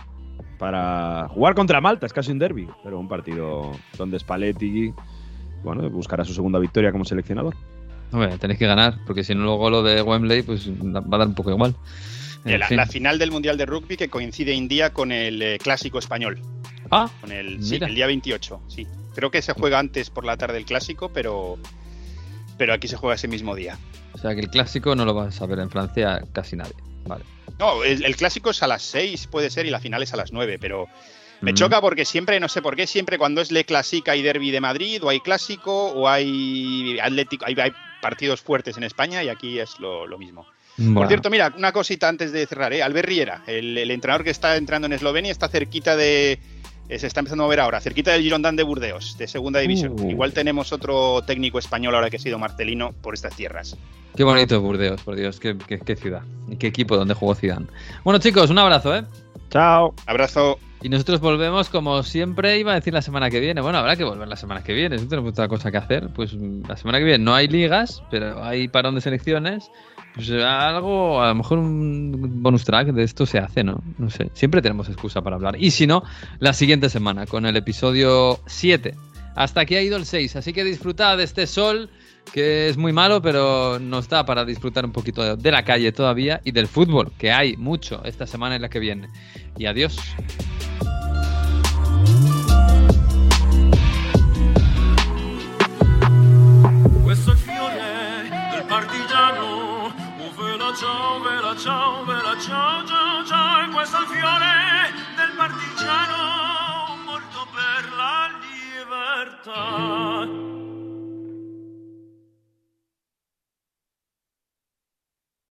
Para jugar contra Malta, es casi un derbi, pero un partido donde Spalletti, bueno, buscará su segunda victoria como seleccionador. Hombre, tenéis que ganar, porque si no luego lo de Wembley pues va a dar un poco igual. La, fin. la final del Mundial de Rugby que coincide en día con el eh, Clásico Español. Ah, con el, sí, el día veintiocho, sí. Creo que se juega antes por la tarde el Clásico, pero, pero aquí se juega ese mismo día. O sea que el Clásico no lo vas a ver en Francia casi nadie. Vale. No, el, el Clásico es a las seis, puede ser, y la final es a las nueve, pero me mm. choca porque siempre, no sé por qué, siempre cuando es Le Clásica hay derbi de Madrid, o hay Clásico, o hay Atlético, hay, hay partidos fuertes en España, y aquí es lo, lo mismo. Bueno. Por cierto, mira, una cosita antes de cerrar, ¿eh? Albert Riera, el, el entrenador que está entrando en Eslovenia, está cerquita de... Se está empezando a ver ahora, cerquita del Girondin de Burdeos, de segunda división. Uh. Igual tenemos otro técnico español ahora que ha sido Marcelino por estas tierras. Qué bonito Burdeos, por Dios, qué, qué, qué ciudad. Y qué equipo donde jugó Zidane. Bueno, chicos, un abrazo, ¿eh? Chao. Abrazo. Y nosotros volvemos, como siempre, iba a decir la semana que viene. Bueno, habrá que volver la semana que viene. Si no tenemos otra cosa que hacer, pues la semana que viene no hay ligas, pero hay parón de selecciones. Pues algo, a lo mejor un bonus track de esto se hace, ¿no? No sé. Siempre tenemos excusa para hablar. Y si no, la siguiente semana, con el episodio siete. Hasta aquí ha ido el seis, así que disfrutad de este sol, que es muy malo, pero nos da para disfrutar un poquito de, de la calle todavía y del fútbol, que hay mucho esta semana y la que viene. Y adiós. Ciao, vela ciao, vela ciao, ciao, ciao, e questo è il fiore del partigiano.